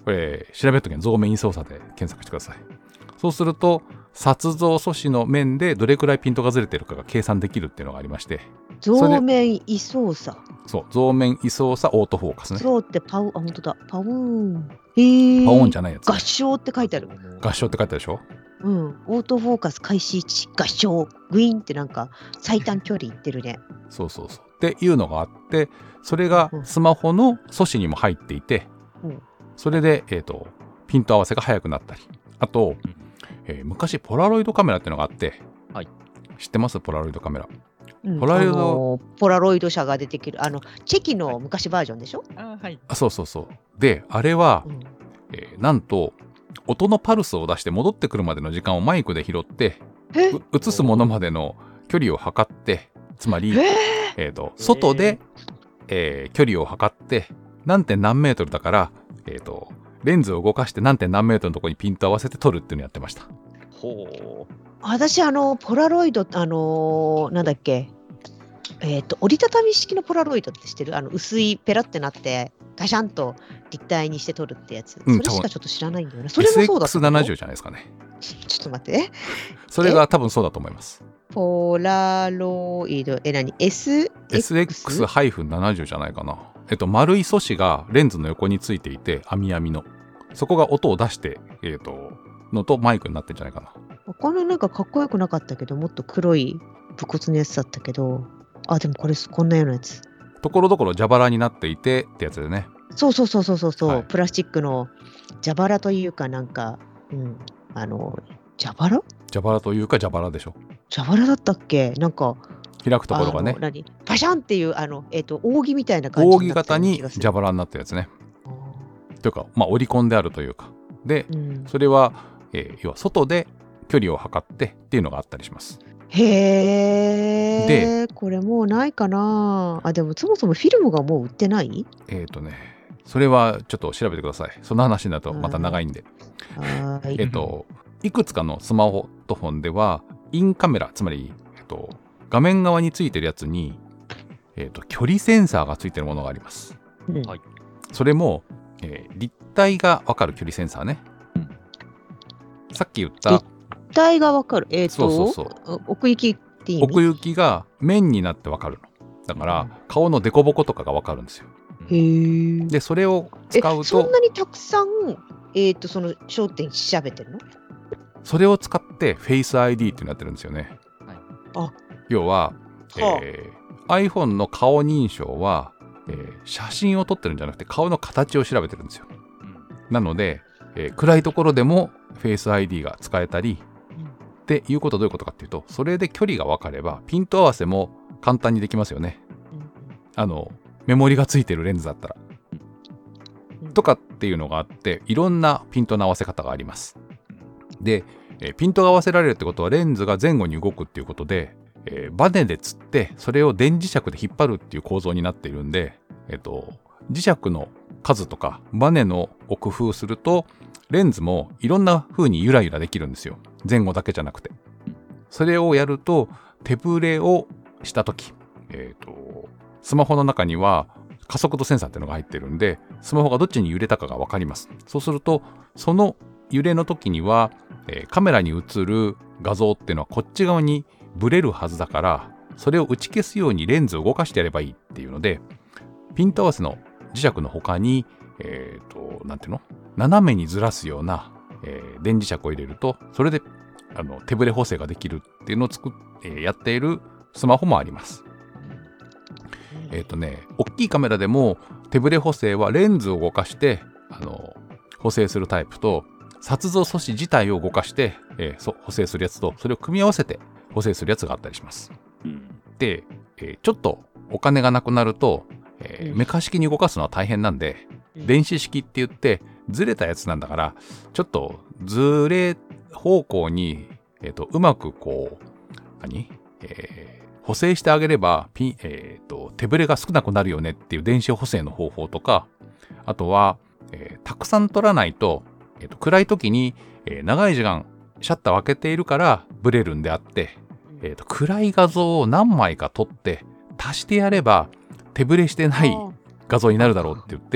[SPEAKER 1] これ調べるときに増面位相差で検索してください。そうすると撮像素子の面でどれくらいピントがずれてるかが計算できるっていうのがありまして、
[SPEAKER 2] 増面位相差。
[SPEAKER 1] そう増面位相差オートフォーカスね。
[SPEAKER 2] そうってパウあ本当だパウーン。へー
[SPEAKER 1] パオンじゃないやつ、
[SPEAKER 2] 合唱って書いてある。
[SPEAKER 1] 合唱って書いてあるでしょ。
[SPEAKER 2] うん、オートフォーカス開始値合唱グイーンってなんか最短距離いってるね。
[SPEAKER 1] そうそうそうっていうのがあって、それがスマホの素子にも入っていて、
[SPEAKER 2] うん、
[SPEAKER 1] それで、えーと、ピント合わせが速くなったり、あと、えー、昔ポラロイドカメラっていうのがあって、
[SPEAKER 3] はい、
[SPEAKER 1] 知ってます？ポラロイドカメラ、
[SPEAKER 2] うん、
[SPEAKER 1] ポラロイド、
[SPEAKER 2] あのー、ポラロイド車が出てくるあのチェキの昔バージョンでしょ。
[SPEAKER 3] あ、はい、
[SPEAKER 1] あそうそうそう。であれは、
[SPEAKER 2] うん
[SPEAKER 1] えー、なんと音のパルスを出して戻ってくるまでの時間をマイクで拾って映すものまでの距離を測って、つまり、えーと外で、えー、距離を測って何点何メートルだから、えーとレンズを動かして何点何メートルのところにピント合わせて撮るっていうのをやってました。
[SPEAKER 3] ほう。
[SPEAKER 2] 私あのポラロイドあのー、なんだっけえっ、ー、と折りたたみ式のポラロイドって知ってる？あの薄いペラってなってガシャンと立体にして撮るってやつ、
[SPEAKER 1] うん、
[SPEAKER 2] それしかちょっと知らないんだよね。それもそうだったの？
[SPEAKER 1] エスエックスななじゅう じゃないですかね。
[SPEAKER 2] ち, ちょっと待って
[SPEAKER 1] それが多分そうだと思います。
[SPEAKER 2] ポラロイドえ何 エスエックス？
[SPEAKER 1] エスエックスななじゅう じゃないかな。えっと丸い素子がレンズの横についていて、網網のそこが音を出してえっ、ー、とのとマイクになってるんじゃないかな。
[SPEAKER 2] このなんかかっこよくなかったけど、もっと黒い武骨なやつだったけど、あでもこれこんなようなやつ。
[SPEAKER 1] ところどころ蛇腹になっていてってやつでね。
[SPEAKER 2] そうそうそうそうそうそう、
[SPEAKER 1] はい、
[SPEAKER 2] プラスチックの蛇腹というかなんか、うん、あの蛇腹？
[SPEAKER 1] 蛇腹というか蛇腹でしょ。
[SPEAKER 2] 蛇腹だったっけ？なんか
[SPEAKER 1] 開くところがね。
[SPEAKER 2] 何？パシャンっていうあのえっ、ー、と扇みたいな感じ
[SPEAKER 1] 扇形に蛇腹になったやつね。というかまあ織り込んであるというかで、うん、それは、えー、要は外で距離を測ってっていうのがあったりします。
[SPEAKER 2] へえ。でこれもうないかなあ。でもそもそもフィルムがもう売ってない？
[SPEAKER 1] えっ、ー、とねそれはちょっと調べてください。その話になるとまた長いんで。
[SPEAKER 2] はい。
[SPEAKER 1] えっ、ー、といくつかのスマホとフォンではインカメラ、つまり、えー、と画面側についてるやつに、えー、と距離センサーがついてるものがあります。
[SPEAKER 2] うん、
[SPEAKER 1] それも、えー、立体が分かる距離センサーね。うん、さっき言った
[SPEAKER 2] 立体が分かる。えっ、ー、と
[SPEAKER 1] そうそうそう
[SPEAKER 2] 奥行きっていい、ね、
[SPEAKER 1] 奥行きが面になって分かるの。だから、うん、顔のデコボコとかが分かるんですよ。
[SPEAKER 2] へー。
[SPEAKER 1] でそれを使うと
[SPEAKER 2] そんなにたくさん、えー、とその焦点調べてるの？
[SPEAKER 1] それを使ってフェイス アイディー ってなってるんですよね。
[SPEAKER 2] はい、あ
[SPEAKER 1] 要は、えー、iPhone の顔認証は、えー、写真を撮ってるんじゃなくて顔の形を調べてるんですよ。うん、なので、えー、暗いところでもフェイス アイディー が使えたり、うん、っていうことはどういうことかっていうと、それで距離が分かればピント合わせも簡単にできますよね。うん、あのメモリがついてるレンズだったら、うん、とかっていうのがあって、いろんなピントの合わせ方があります。で、えー、ピントが合わせられるってことはレンズが前後に動くっていうことで、えー、バネでつってそれを電磁石で引っ張るっていう構造になっているんで、えーと、磁石の数とかバネのを工夫するとレンズもいろんな風にゆらゆらできるんですよ。前後だけじゃなくて。それをやると手ブレをしたとき、えーと、スマホの中には加速度センサーっていうのが入ってるんで、スマホがどっちに揺れたかが分かります。そうするとその揺れの時には、えー、カメラに映る画像っていうのはこっち側にブレるはずだから、それを打ち消すようにレンズを動かしてやればいいっていうので、ピント合わせの磁石の他に、えーと、なんていうの？斜めにずらすような、えー、電磁石を入れると、それであの手ブレ補正ができるっていうのを作っ、えー、やっているスマホもあります。えっとね、大きいカメラでも手ブレ補正はレンズを動かしてあの補正するタイプと、撮像素子自体を動かして、えー、補正するやつと、それを組み合わせて補正するやつがあったりします。うん、で、えー、ちょっとお金がなくなると、えー、メカ式に動かすのは大変なんで、うん、電子式って言ってずれたやつなんだから、ちょっとずれ方向に、えーと、うまくこう何、えー、補正してあげればピン、えーと、手ブレが少なくなるよねっていう電子補正の方法とか、あとは、えー、たくさん撮らないと、えーと、暗い時に、えー、長い時間シャッターを開けているからブレるんであって、えーと、暗い画像を何枚か撮って足してやれば手ブレしてない画像になるだろうって言って、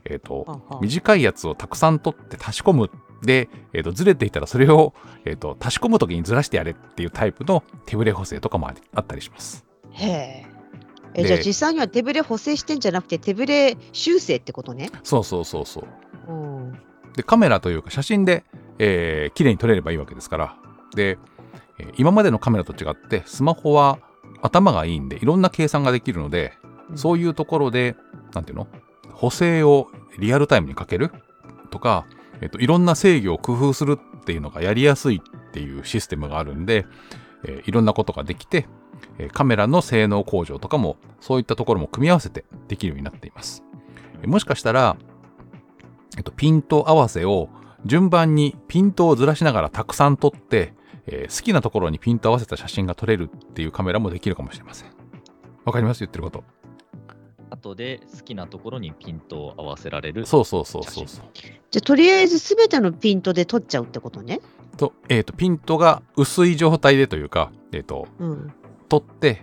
[SPEAKER 1] えーと
[SPEAKER 2] はあはあ
[SPEAKER 1] 短いやつをたくさん取って足し込むで、えーとずれていたらそれを、えーと足し込む時にずらしてやれっていうタイプの手ブレ補正とかもありあったりします。
[SPEAKER 2] へえ。え、
[SPEAKER 1] で
[SPEAKER 2] じゃあ実際には手ブレ補正してんじゃなくて手ブレ修正ってことね。
[SPEAKER 1] そうそうそうそう。
[SPEAKER 2] うん。
[SPEAKER 1] でカメラというか写真で、えー、綺麗に撮れればいいわけですから。で、えー今までのカメラと違ってスマホは頭がいいんでいろんな計算ができるので、
[SPEAKER 2] うん
[SPEAKER 1] そういうところでなんていうの補正をリアルタイムにかけるとか、えっと、いろんな制御を工夫するっていうのがやりやすいっていうシステムがあるんで、えーいろんなことができて、えーカメラの性能向上とかもそういったところも組み合わせてできるようになっています。えーもしかしたら、えっと、ピント合わせを順番にピントをずらしながらたくさん撮って、えー好きなところにピント合わせた写真が撮れるっていうカメラもできるかもしれません。わかります言ってること。
[SPEAKER 3] 後で好きなところにピントを合わせられる。
[SPEAKER 1] そうそうそうそうそう。
[SPEAKER 2] じゃあとりあえずすべてのピントで取っちゃうってことね。
[SPEAKER 1] と、えっと、ピントが薄い状態でというか、えっと、
[SPEAKER 2] うん。
[SPEAKER 1] 撮って、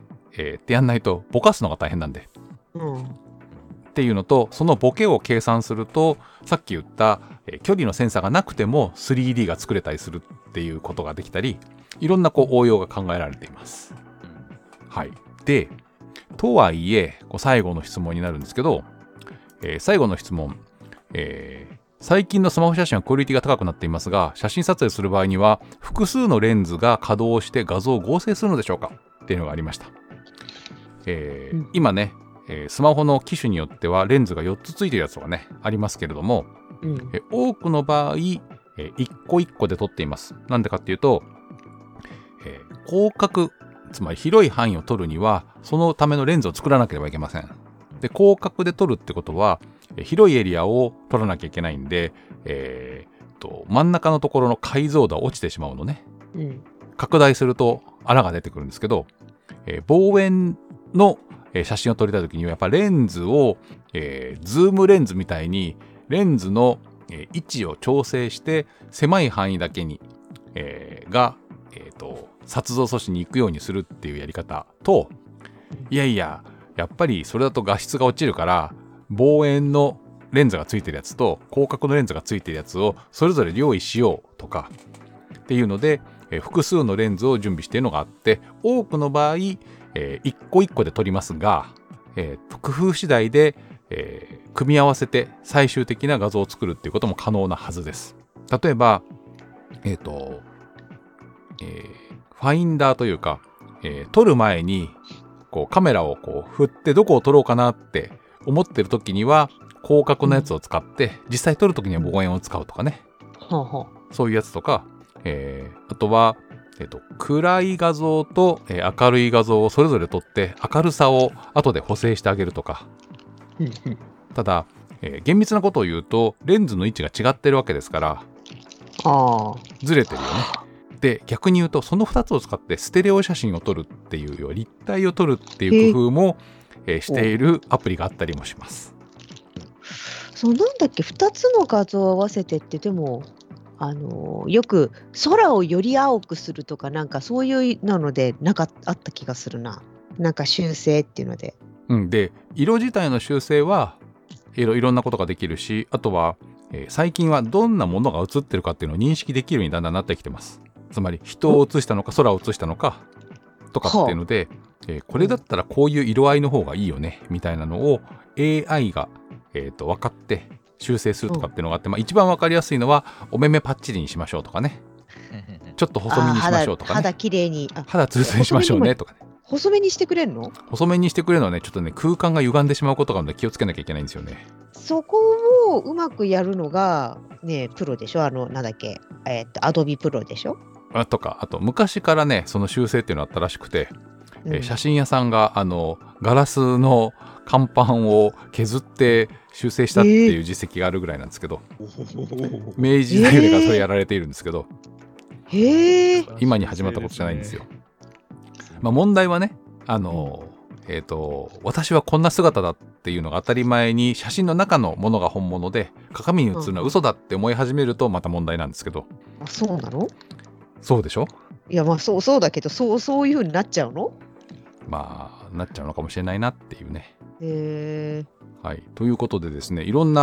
[SPEAKER 1] えーってやんないとぼかすのが大変なんで。
[SPEAKER 2] うん。
[SPEAKER 1] っていうのと、そのボケを計算すると、さっき言った、えー距離のセンサーがなくても スリーディー が作れたりするっていうことができたり、いろんなこう応用が考えられています。はい。で、とはいえ、こう最後の質問になるんですけど、えー最後の質問、えー最近のスマホ写真はクオリティが高くなっていますが、写真撮影する場合には複数のレンズが稼働して画像を合成するのでしょうかっていうのがありました。えー
[SPEAKER 2] うん
[SPEAKER 1] 今ね、えースマホの機種によってはレンズがよっつついてるやつがねありますけれども、
[SPEAKER 2] うん。
[SPEAKER 1] えー多くの場合、えーいっこいっこで撮っています。なんでかっていうと、えー広角、つまり広い範囲を撮るにはそのためのレンズを作らなければいけません。で、広角で撮るってことはえー広いエリアを撮らなきゃいけないんで、えーと真ん中のところの解像度は落ちてしまうのね。
[SPEAKER 2] うん。
[SPEAKER 1] 拡大すると穴が出てくるんですけど、えー望遠のえー写真を撮りたいときにはやっぱレンズを、えーズームレンズみたいにレンズの、えー位置を調整して狭い範囲だけに、えーが、えーと撮像素子に行くようにするっていうやり方と、いやいややっぱりそれだと画質が落ちるから望遠のレンズがついてるやつと広角のレンズがついてるやつをそれぞれ用意しようとかっていうので、えー複数のレンズを準備しているのがあって、多くの場合、えー、いっこいっこで撮りますが、えー工夫次第で、えー組み合わせて最終的な画像を作るっていうことも可能なはずです。例えば、えっ、と、えーファインダーというか、えー撮る前にこうカメラをこう振ってどこを撮ろうかなって思ってる時には広角のやつを使って、実際撮る時には望遠を使うとかね、
[SPEAKER 2] はあは
[SPEAKER 1] そういうやつとか、えーあとは、えっと、暗い画像と、えー明るい画像をそれぞれ撮って明るさを後で補正してあげるとか。
[SPEAKER 2] あ。うんうん。
[SPEAKER 1] ただ、えー厳密なことを言うとレンズの位置が違ってるわけですから
[SPEAKER 2] ああ。
[SPEAKER 1] ずれてるよね。で、逆に言うとそのふたつを使ってステレオ写真を撮るっていうよ立体を撮るっていう工夫も、えーしているアプリがあったりもします。
[SPEAKER 2] そうなんだっけ、ふたつの画像を合わせてってでも、あのよく空をより青くするとかなんかそういうなのでなんかあった気がするな。なんか修正っていうので。
[SPEAKER 1] うん、で色自体の修正はいろいろんなことができるし、あとは、えー最近はどんなものが映ってるかっていうのを認識できるようにだんだんなってきてます。つまり人を映したのか空を映したのかとかっていうので、えーこれだったらこういう色合いの方がいいよねみたいなのを エーアイ が、えーと分かって修正するとかっていうのがあって、まあ、一番分かりやすいのはお目目パッチリにしましょうとかね、ちょっと細身にしましょうとかね、
[SPEAKER 2] あー肌肌きれいに。あ、
[SPEAKER 1] 肌ツルツルにしましょうねとかね。
[SPEAKER 2] 細めにしてくれるの？
[SPEAKER 1] 細めにしてくれるのはねちょっとね空間が歪んでしまうことがあるので気をつけなきゃいけないんですよね。
[SPEAKER 2] そこをうまくやるのがねプロでしょ。あのなんだっけ、えーっとアドビプロでしょ。
[SPEAKER 1] あとかあと昔からねその修正っていうのあったらしくて、
[SPEAKER 2] うん
[SPEAKER 1] えー写真屋さんがあのガラスの乾板を削って修正したっていう実績があるぐらいなんですけど、明治時代ぐらいからそれやられているんですけど、
[SPEAKER 2] へえ。
[SPEAKER 1] 今に始まったことじゃないんですよ。まあ、問題はねあの、えーと私はこんな姿だっていうのが当たり前に写真の中のものが本物で鏡に映るのは嘘だって思い始めるとまた問題なんですけど。
[SPEAKER 2] あ、そうなの？
[SPEAKER 1] そうでしょ。
[SPEAKER 2] いやまあそうそうだけどそうそういう風になっちゃうの？
[SPEAKER 1] まあなっちゃうのかもしれないなっていうね。
[SPEAKER 2] へえ。
[SPEAKER 1] はい、ということでですねいろんな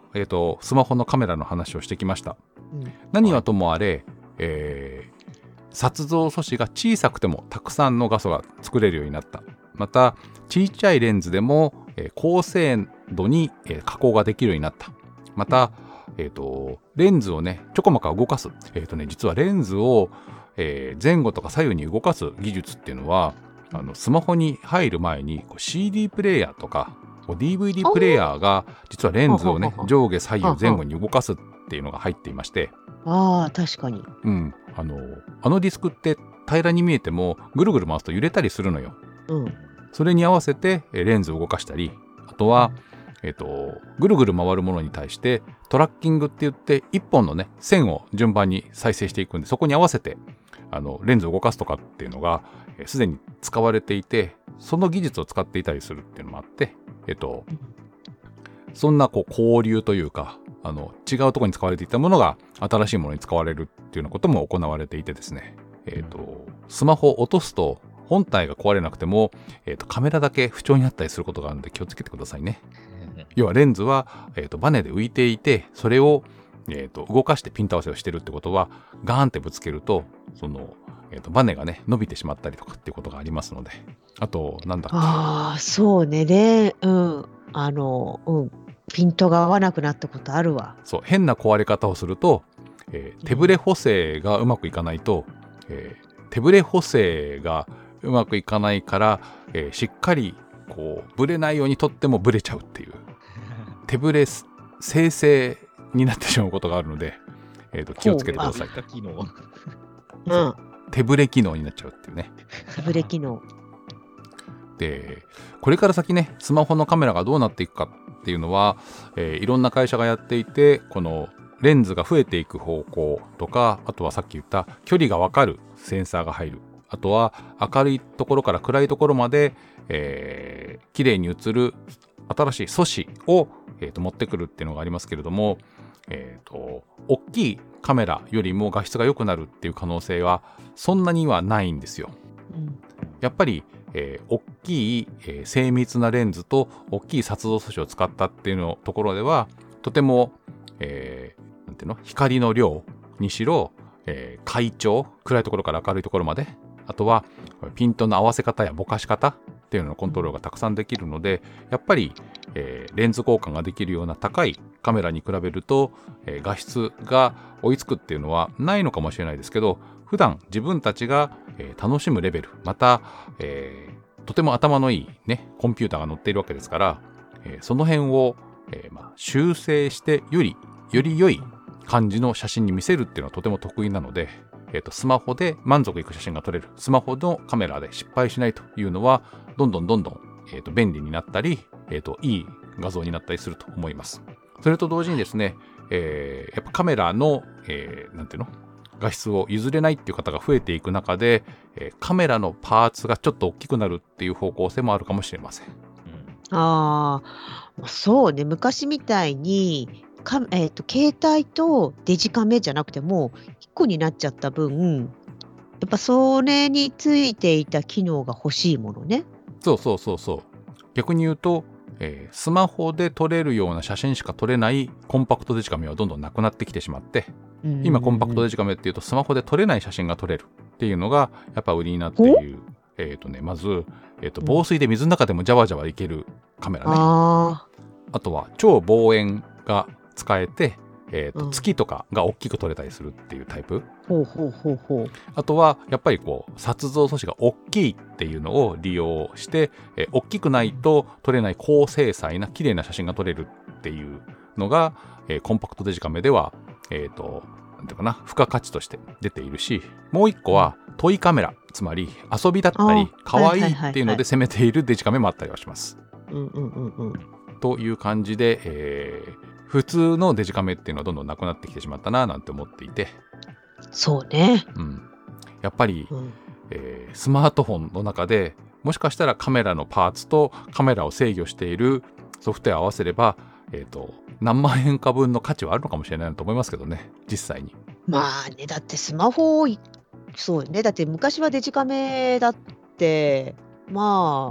[SPEAKER 1] えーと、スマホのカメラの話をしてきました。
[SPEAKER 2] うん、
[SPEAKER 1] 何はともあれ、えー、撮像素子が小さくてもたくさんの画素が作れるようになった。また小さいレンズでも、えー、高精度に、えー、加工ができるようになった。また、えーと、レンズをねちょこまか動かす、えーとね、実はレンズを、えー、前後とか左右に動かす技術っていうのはあのスマホに入る前にこう シーディー プレイヤーとかこう ディーブイディー プレイヤーが実はレンズをね上下左右前後に動かすっていうのが入っていまして、
[SPEAKER 2] ああ確かに、
[SPEAKER 1] うん、あのあのディスクって平らに見えてもぐるぐる回すと揺れたりするのよ。
[SPEAKER 2] うん、
[SPEAKER 1] それに合わせてえレンズを動かしたり、あとは、えーと、ぐるぐる回るものに対してトラッキングって言って一本のね線を順番に再生していくんで、そこに合わせてあのレンズを動かすとかっていうのがすで、えー、に使われていて、その技術を使っていたりするっていうのもあって、えっと、そんなこう交流というかあの違うところに使われていたものが新しいものに使われるっていうようなことも行われていてですね、えっと、スマホを落とすと本体が壊れなくても、えっと、カメラだけ不調になったりすることがあるので気をつけてくださいね。要はレンズは、えっと、バネで浮いていて、それを、えっと、動かしてピント合わせをしてるってことはガーンってぶつけるとその、えっと、バネがね伸びてしまったりとかっていうことがありますので、あとなんだっけ、
[SPEAKER 2] ああそうねで、うんあのうんピントが合わなくなったことあるわ。
[SPEAKER 1] そう変な壊れ方をすると、えー、手ブレ補正がうまくいかないと、えー、手ブレ補正がうまくいかないから、えー、しっかりこうブレないようにとってもブレちゃうっていう手ブレ生成になってしまうことがあるので、えー、と気をつけてください。
[SPEAKER 3] 機能
[SPEAKER 2] うん、
[SPEAKER 1] 手ブレ機能になっちゃうっていうね。
[SPEAKER 2] 手ブレ機能
[SPEAKER 1] でこれから先ねスマホのカメラがどうなっていくかっていうのは、えー、いろんな会社がやっていて、このレンズが増えていく方向とか、あとはさっき言った距離が分かるセンサーが入る、あとは明るいところから暗いところまで、えー、綺麗に映る新しい素子を、えー、と持ってくるっていうのがありますけれども、えー、と大きいカメラよりも画質が良くなるっていう可能性はそんなにはないんですよ。
[SPEAKER 2] うん、
[SPEAKER 1] やっぱりえー、大きい、えー、精密なレンズと大きい撮像素子を使ったっていうのところではとても、えー、なんていうの光の量にしろ、えー、階調暗いところから明るいところまで、あとはピントの合わせ方やぼかし方っていうののコントロールがたくさんできるので、やっぱり、えー、レンズ交換ができるような高いカメラに比べると、えー、画質が追いつくっていうのはないのかもしれないですけど、普段自分たちが、えー、楽しむレベル、また、えー、とても頭のいい、ね、コンピューターが載っているわけですから、えー、その辺を、えーまあ、修正してよりより良い感じの写真に見せるっていうのはとても得意なので、えーと、スマホで満足いく写真が撮れる、スマホのカメラで失敗しないというのはどんどんどんどん、えーと、便利になったり、えーと、いい画像になったりすると思います。それと同時にですね、えー、やっぱカメラの、えー、なんていうの画質を譲れないっていう方が増えていく中で、えー、カメラのパーツがちょっと大きくなるっていう方向性もあるかもしれません。うん、
[SPEAKER 2] ああ、そうね、昔みたいにか、えーと、携帯とデジカメじゃなくてもいっこになっちゃった分、やっぱそれについていた機能が欲しいものね。
[SPEAKER 1] そうそうそうそう。逆に言うと、えー、スマホで撮れるような写真しか撮れないコンパクトデジカメはどんどんなくなってきてしまって、今コンパクトデジカメっていうとスマホで撮れない写真が撮れるっていうのがやっぱ売りになっている。えーとね、まず、えーと、防水で水の中でもジャワジャワいけるカメラね。あ, あとは超望遠が使えて、えーとうん、月とかが大きく撮れたりするっていうタイプ。
[SPEAKER 2] ほうほうほうほう。
[SPEAKER 1] あとはやっぱりこう撮像素子が大きいっていうのを利用して、えー、大きくないと撮れない高精細な綺麗な写真が撮れるっていうのが、えー、コンパクトデジカメではえーと、なんていうかな、付加価値として出ているし、もう一個はトイカメラ、つまり遊びだったり可愛いっていうので攻めているデジカメもあったりはします。
[SPEAKER 2] うんうんうんうん。
[SPEAKER 1] という感じで、えー、普通のデジカメっていうのはどんどんなくなってきてしまったななんて思っていて。
[SPEAKER 2] そうね。
[SPEAKER 1] うん、やっぱり、
[SPEAKER 2] うん
[SPEAKER 1] えー、スマートフォンの中でもしかしたらカメラのパーツとカメラを制御しているソフトウェアを合わせれば、えーと、何万円か分の価値はあるのかもしれないなと思いますけどね、実際に。
[SPEAKER 2] まあね、だってスマホそうね、だって昔はデジカメだってまあ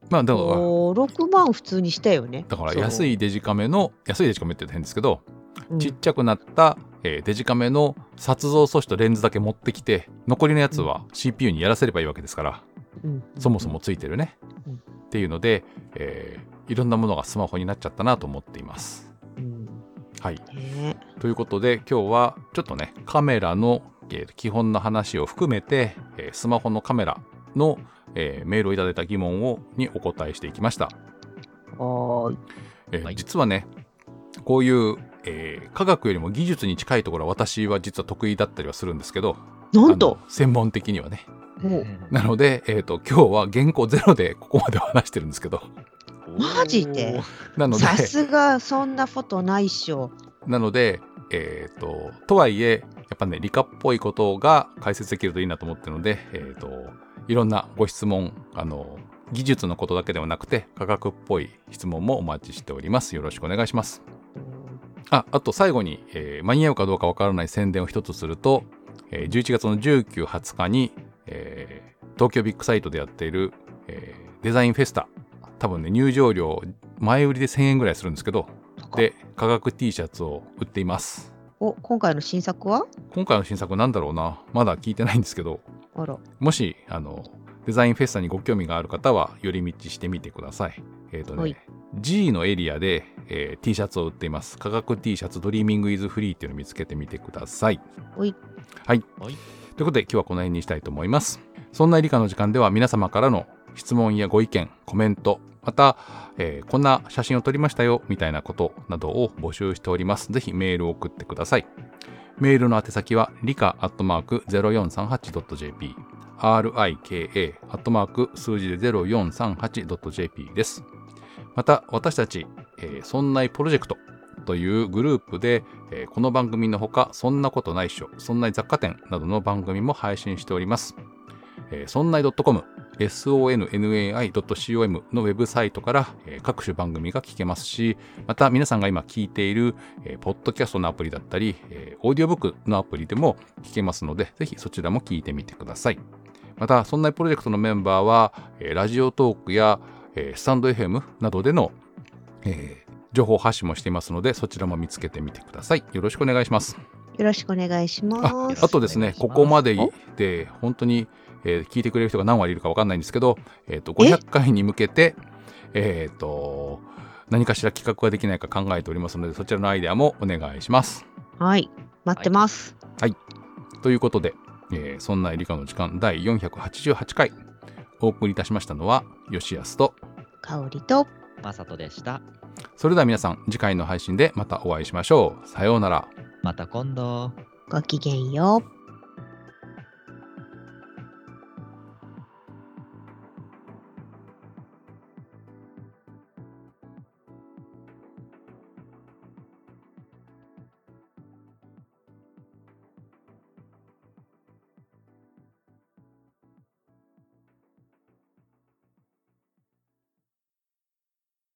[SPEAKER 1] まあだから
[SPEAKER 2] おろくまん普通にしたよね。
[SPEAKER 1] だから
[SPEAKER 2] そう
[SPEAKER 1] 安いデジカメの安いデジカメって言うと変ですけど、
[SPEAKER 2] うん
[SPEAKER 1] ちっちゃくなった、えーデジカメの撮像素子とレンズだけ持ってきて、残りのやつは シーピーユー にやらせればいいわけですから、
[SPEAKER 2] うん
[SPEAKER 1] そもそもついてるね、
[SPEAKER 2] うん
[SPEAKER 1] っていうので、えーいろんなものがスマホになっちゃったなと思っています。
[SPEAKER 2] うん
[SPEAKER 1] はい、
[SPEAKER 2] ね
[SPEAKER 1] ということで今日はちょっとねカメラの、えー基本の話を含めて、えースマホのカメラの、えーメールをいただいた疑問をにお答えしていきました。
[SPEAKER 2] はーい。
[SPEAKER 1] えー
[SPEAKER 3] はい
[SPEAKER 1] 実はねこういう、えー科学よりも技術に近いところは私は実は得意だったりはするんですけど、
[SPEAKER 2] なんと
[SPEAKER 1] あの専門的にはね。
[SPEAKER 2] もう
[SPEAKER 1] なので、えー、と今日は原稿ゼロでここまで話してるんですけど、
[SPEAKER 2] マジで
[SPEAKER 1] なので
[SPEAKER 2] さすがそんなことないっしょ。
[SPEAKER 1] なので、えー、ととはいえやっぱね理科っぽいことが解説できるといいなと思ってるので、えー、といろんなご質問、あの技術のことだけではなくて科学っぽい質問もお待ちしております。よろしくお願いします。ああと最後に、えー間に合うかどうかわからない宣伝を一つすると、えーじゅういちがつのじゅうく、はつかに、えー東京ビッグサイトでやっている、えーデザインフェスタ、多分ね入場料前売りでせんえんぐらいするんですけど、で科学 T シャツを売っています。
[SPEAKER 2] お、今回の新作は？
[SPEAKER 1] 今回の新作なんだろうな、まだ聞いてないんですけど、
[SPEAKER 2] あら。
[SPEAKER 1] もしあのデザインフェスタにご興味がある方は寄り道してみてください。えっ、とね、
[SPEAKER 2] はい
[SPEAKER 1] G のエリアで、えー T シャツを売っています。科学 T シャツドリーミングイズフリーっていうのを見つけてみてください。
[SPEAKER 2] おい。
[SPEAKER 1] はい。
[SPEAKER 3] はい
[SPEAKER 1] ということで今日はこの辺にしたいと思います。そんな理科の時間では皆様からの質問やご意見、コメント、また、えーこんな写真を撮りましたよみたいなことなどを募集しております。ぜひメールを送ってください。メールの宛先は理科アットマーク ゼロよんさんはちドットジェーピー、アールアイケーエー アットマーク数字で ゼロよんさんはちドットジェーピー です。また私たち、えー、そんないプロジェクトというグループで、えーこの番組のほか、そんなことないっしょ、そんない雑貨店などの番組も配信しております。えー、そんない .com、ソンナイ .com のウェブサイトから、えー各種番組が聞けますし、また皆さんが今聞いている、えーポッドキャストのアプリだったり、えーオーディオブックのアプリでも聞けますので、ぜひそちらも聞いてみてください。また、そんないプロジェクトのメンバーは、えーラジオトークや、えースタンド エフエム などでの、えー情報発信もしていますので、そちらも見つけてみてください。よろしくお願いします。
[SPEAKER 2] よろしくお願いし
[SPEAKER 1] あ
[SPEAKER 2] ます。
[SPEAKER 1] あとですね、
[SPEAKER 3] お願いします
[SPEAKER 1] ここまでで本当に、えー聞いてくれる人が何割いるか分かんないんですけど、えーとごひゃっかいに向けて、えーと何かしら企画ができないか考えておりますので、そちらのアイデアもお願いします。
[SPEAKER 2] はい。待ってます。
[SPEAKER 1] ということで、えーそんな理科の時間だいよんひゃくはちじゅうはちかいお送りいたしましたのは吉安と、
[SPEAKER 2] 香りと。
[SPEAKER 3] まさとでした。
[SPEAKER 1] それでは皆さん次回の配信でまたお会いしましょう。さようなら。
[SPEAKER 3] また今度。
[SPEAKER 2] ごきげんよう。